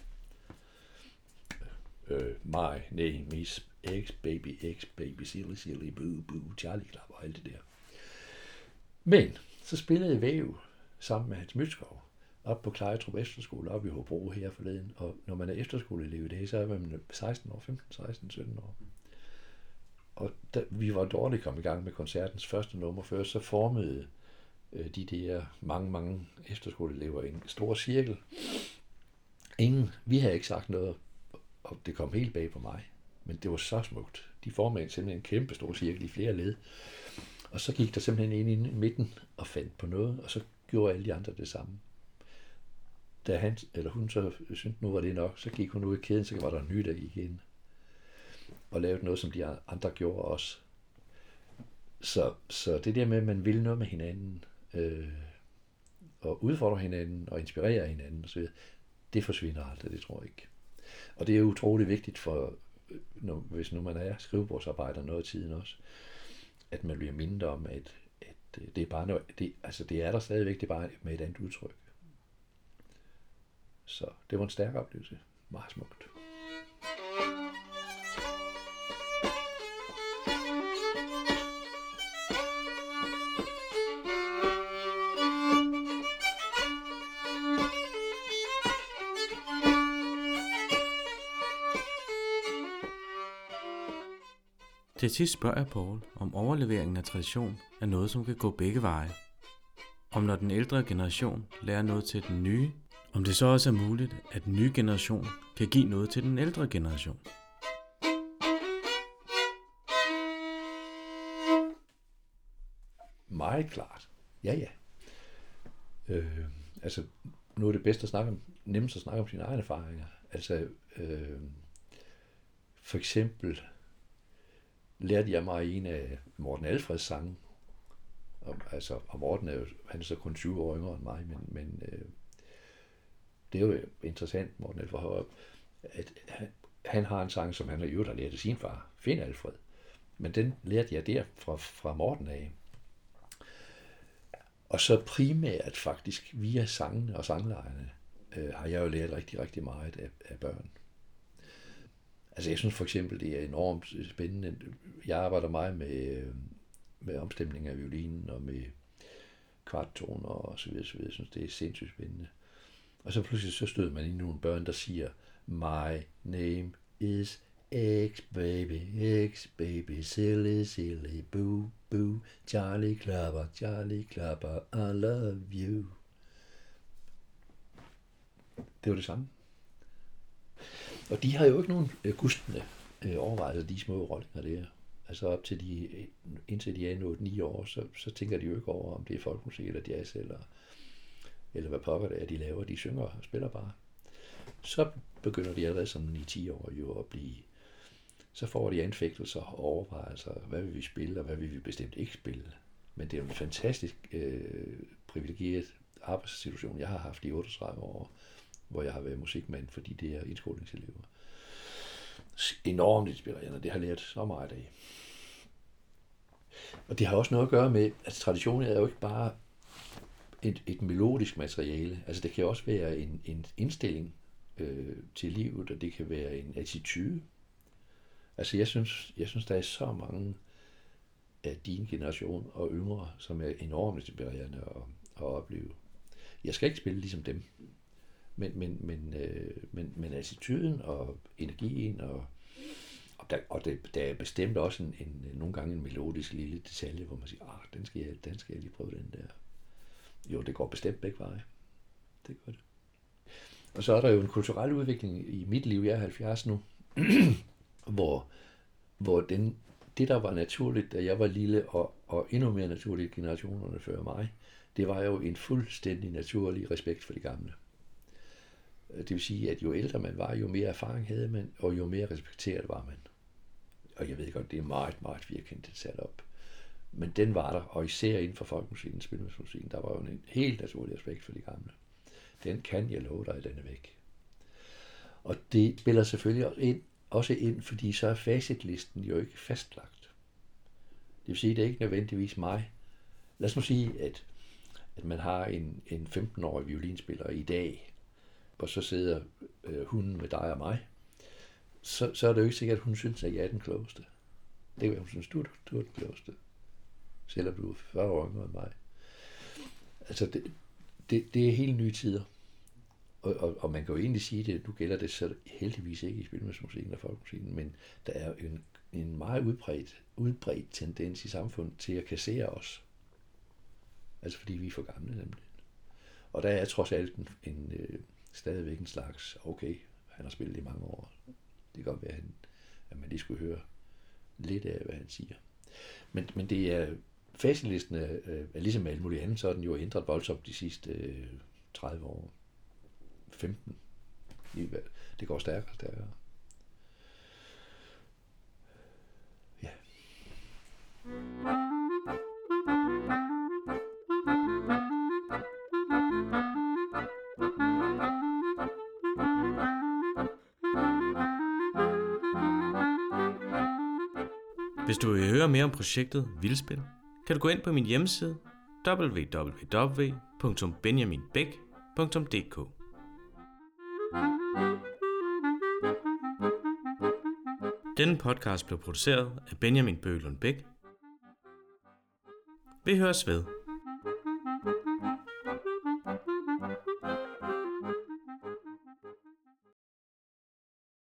S2: Øh, my name is X, baby X, baby silly, silly, boo, boo, Charlie klap og alt det der. Men så spillede Væv sammen med Hans Mytskov op på Klejetrup Efterskole op i Hobro her forleden. Og når man er efterskoleelev i dag, så er man seksten år, femten, seksten, sytten år. Og da vi var dårligt kommet i gang med koncertens første nummer før, så formede øh, de der mange, mange efterskoleelever en stor cirkel ingen, vi havde ikke sagt noget, og det kom helt bag på mig. Men det var så smukt. De formede simpelthen en kæmpe stor cirkel i flere led. Og så gik der simpelthen ind i midten og fandt på noget, og så gjorde alle de andre det samme. Da han, eller hun så syntes, nu var det nok, så gik hun ud i kæden, så var der en ny, der gik ind. Og lavede noget, som de andre gjorde også. Så, så det der med, at man vil noget med hinanden, øh, og udfordre hinanden, og inspirere hinanden, så det forsvinder aldrig, det tror jeg ikke. Og det er utroligt vigtigt for, når, hvis nu man er skrivebordsarbejder noget af tiden også, at man bliver mindet om, at, at det er bare noget, det, altså det er der stadigvæk, det er bare med et andet udtryk. Så det var en stærk oplevelse. Meget smukt.
S1: Til sidst spørger jeg Poul, om overleveringen af tradition er noget, som kan gå begge veje. Om når den ældre generation lærer noget til den nye, om det så også er muligt, at den nye generation kan give noget til den ældre generation.
S2: Meget klart. Ja, ja. Øh, altså, nu er det bedst at snakke om, nemmest at snakke om sine egne erfaringer. Altså, øh, for eksempel lærte jeg mig en af Morten Alfreds sange. Og, altså, og Morten er jo, han er så kun tyve år yngre end mig, men, men øh, det er jo interessant, Morten Alfred, at han, han har en sang, som han har øvrigt har lært af sin far, Finn Alfred. Men den lærte jeg der fra, fra Morten af. Og så primært faktisk via sangene og sanglejerne øh, har jeg jo lært rigtig, rigtig meget af, af børn. Altså jeg synes for eksempel, det er enormt spændende. Jeg arbejder meget med, med omstemning af violinen og med kvarttoner og så videre, så videre. Jeg synes, det er sindssygt spændende. Og så pludselig så støder man ind i nogle børn, der siger, my name is X baby, X baby, silly, silly, boo, boo, Charlie Klapper, Charlie Klapper, I love you. Det var det samme. Og de har jo ikke nogen øh, gustende øh, overvejelser, de små rollinger der. Altså op til de, indtil de er otte ni år, så, så tænker de jo ikke over, om det er folkmusik eller jazz, eller, eller hvad pokker det er, de laver. De synger og spiller bare. Så begynder de allerede som ni ti år jo at blive, så får de anfægtelser og overvejelser, hvad vil vi spille, og hvad vil vi bestemt ikke spille. Men det er jo en fantastisk øh, privilegeret arbejdssituation, jeg har haft i otteogtredive år, hvor jeg har været musikmand, fordi det er indskolingselever. Enormt inspirerende, det har jeg lært så meget af. Og det har også noget at gøre med, at traditionen er jo ikke bare et, et melodisk materiale. Altså det kan også være en, en indstilling øh, til livet, og det kan være en attitude. Altså jeg synes, jeg synes der er så mange af din generation og yngre, som er enormt inspirerende at, at opleve. Jeg skal ikke spille ligesom dem. Men, men, men, øh, men, men attituden og energien, og, og, der, og det, der er bestemt også en, en, nogle gange en melodisk lille detalje, hvor man siger, ah, den skal, jeg, den skal jeg lige prøve, den der. Jo, det går bestemt begge veje. Det gør det. Og så er der jo en kulturel udvikling i mit liv, jeg er halvfjerds nu, hvor, hvor den, det, der var naturligt, da jeg var lille, og, og endnu mere naturligt generationerne før mig, det var jo en fuldstændig naturlig respekt for de gamle. Det vil sige, at jo ældre man var, jo mere erfaring havde man, og jo mere respekteret var man. Og jeg ved godt, det er meget, meget firkantet sat op. Men den var der, og især inden for folkemusikken, spilmusikken, der var jo en helt naturlig respekt for de gamle. Den kan jeg love dig, den er væk. Og det spiller selvfølgelig ind, også ind, fordi så er facitlisten jo ikke fastlagt. Det vil sige, at det er ikke nødvendigvis mig. Lad os nu sige, at, at man har en, en femten-årig violinspiller i dag, og så sidder øh, hun med dig og mig, så, så er det jo ikke sikkert, at hun synes, at jeg er den klogeste. Det kan være, hun synes, du, du er den klogeste. Selvom du er fyrre år yngre end mig. Altså, det, det, det er helt nye tider. Og, og, og man kan jo egentlig sige det, nu gælder det så heldigvis ikke i spilmusikken og folkemusikken, men der er en, en meget udbredt, udbredt tendens i samfundet til at kassere os. Altså fordi vi er for gamle nemlig. Og der er trods alt en, en, stadigvæk en slags, okay, han har spillet i mange år. Det kan godt være, at, han, at man lige skulle høre lidt af, hvad han siger. Men, men det er, facitlisten er, er ligesom alt muligt andet, så er den jo ændret voldsomt de sidste øh, tredive år. femten. Det går stærkere og stærkere. Ja.
S1: Hvis du vil høre mere om projektet Vildspil, kan du gå ind på min hjemmeside w w w punktum benjamin bech punktum d k. Denne podcast blev produceret af Benjamin Bøglund Bech. Vi høres ved.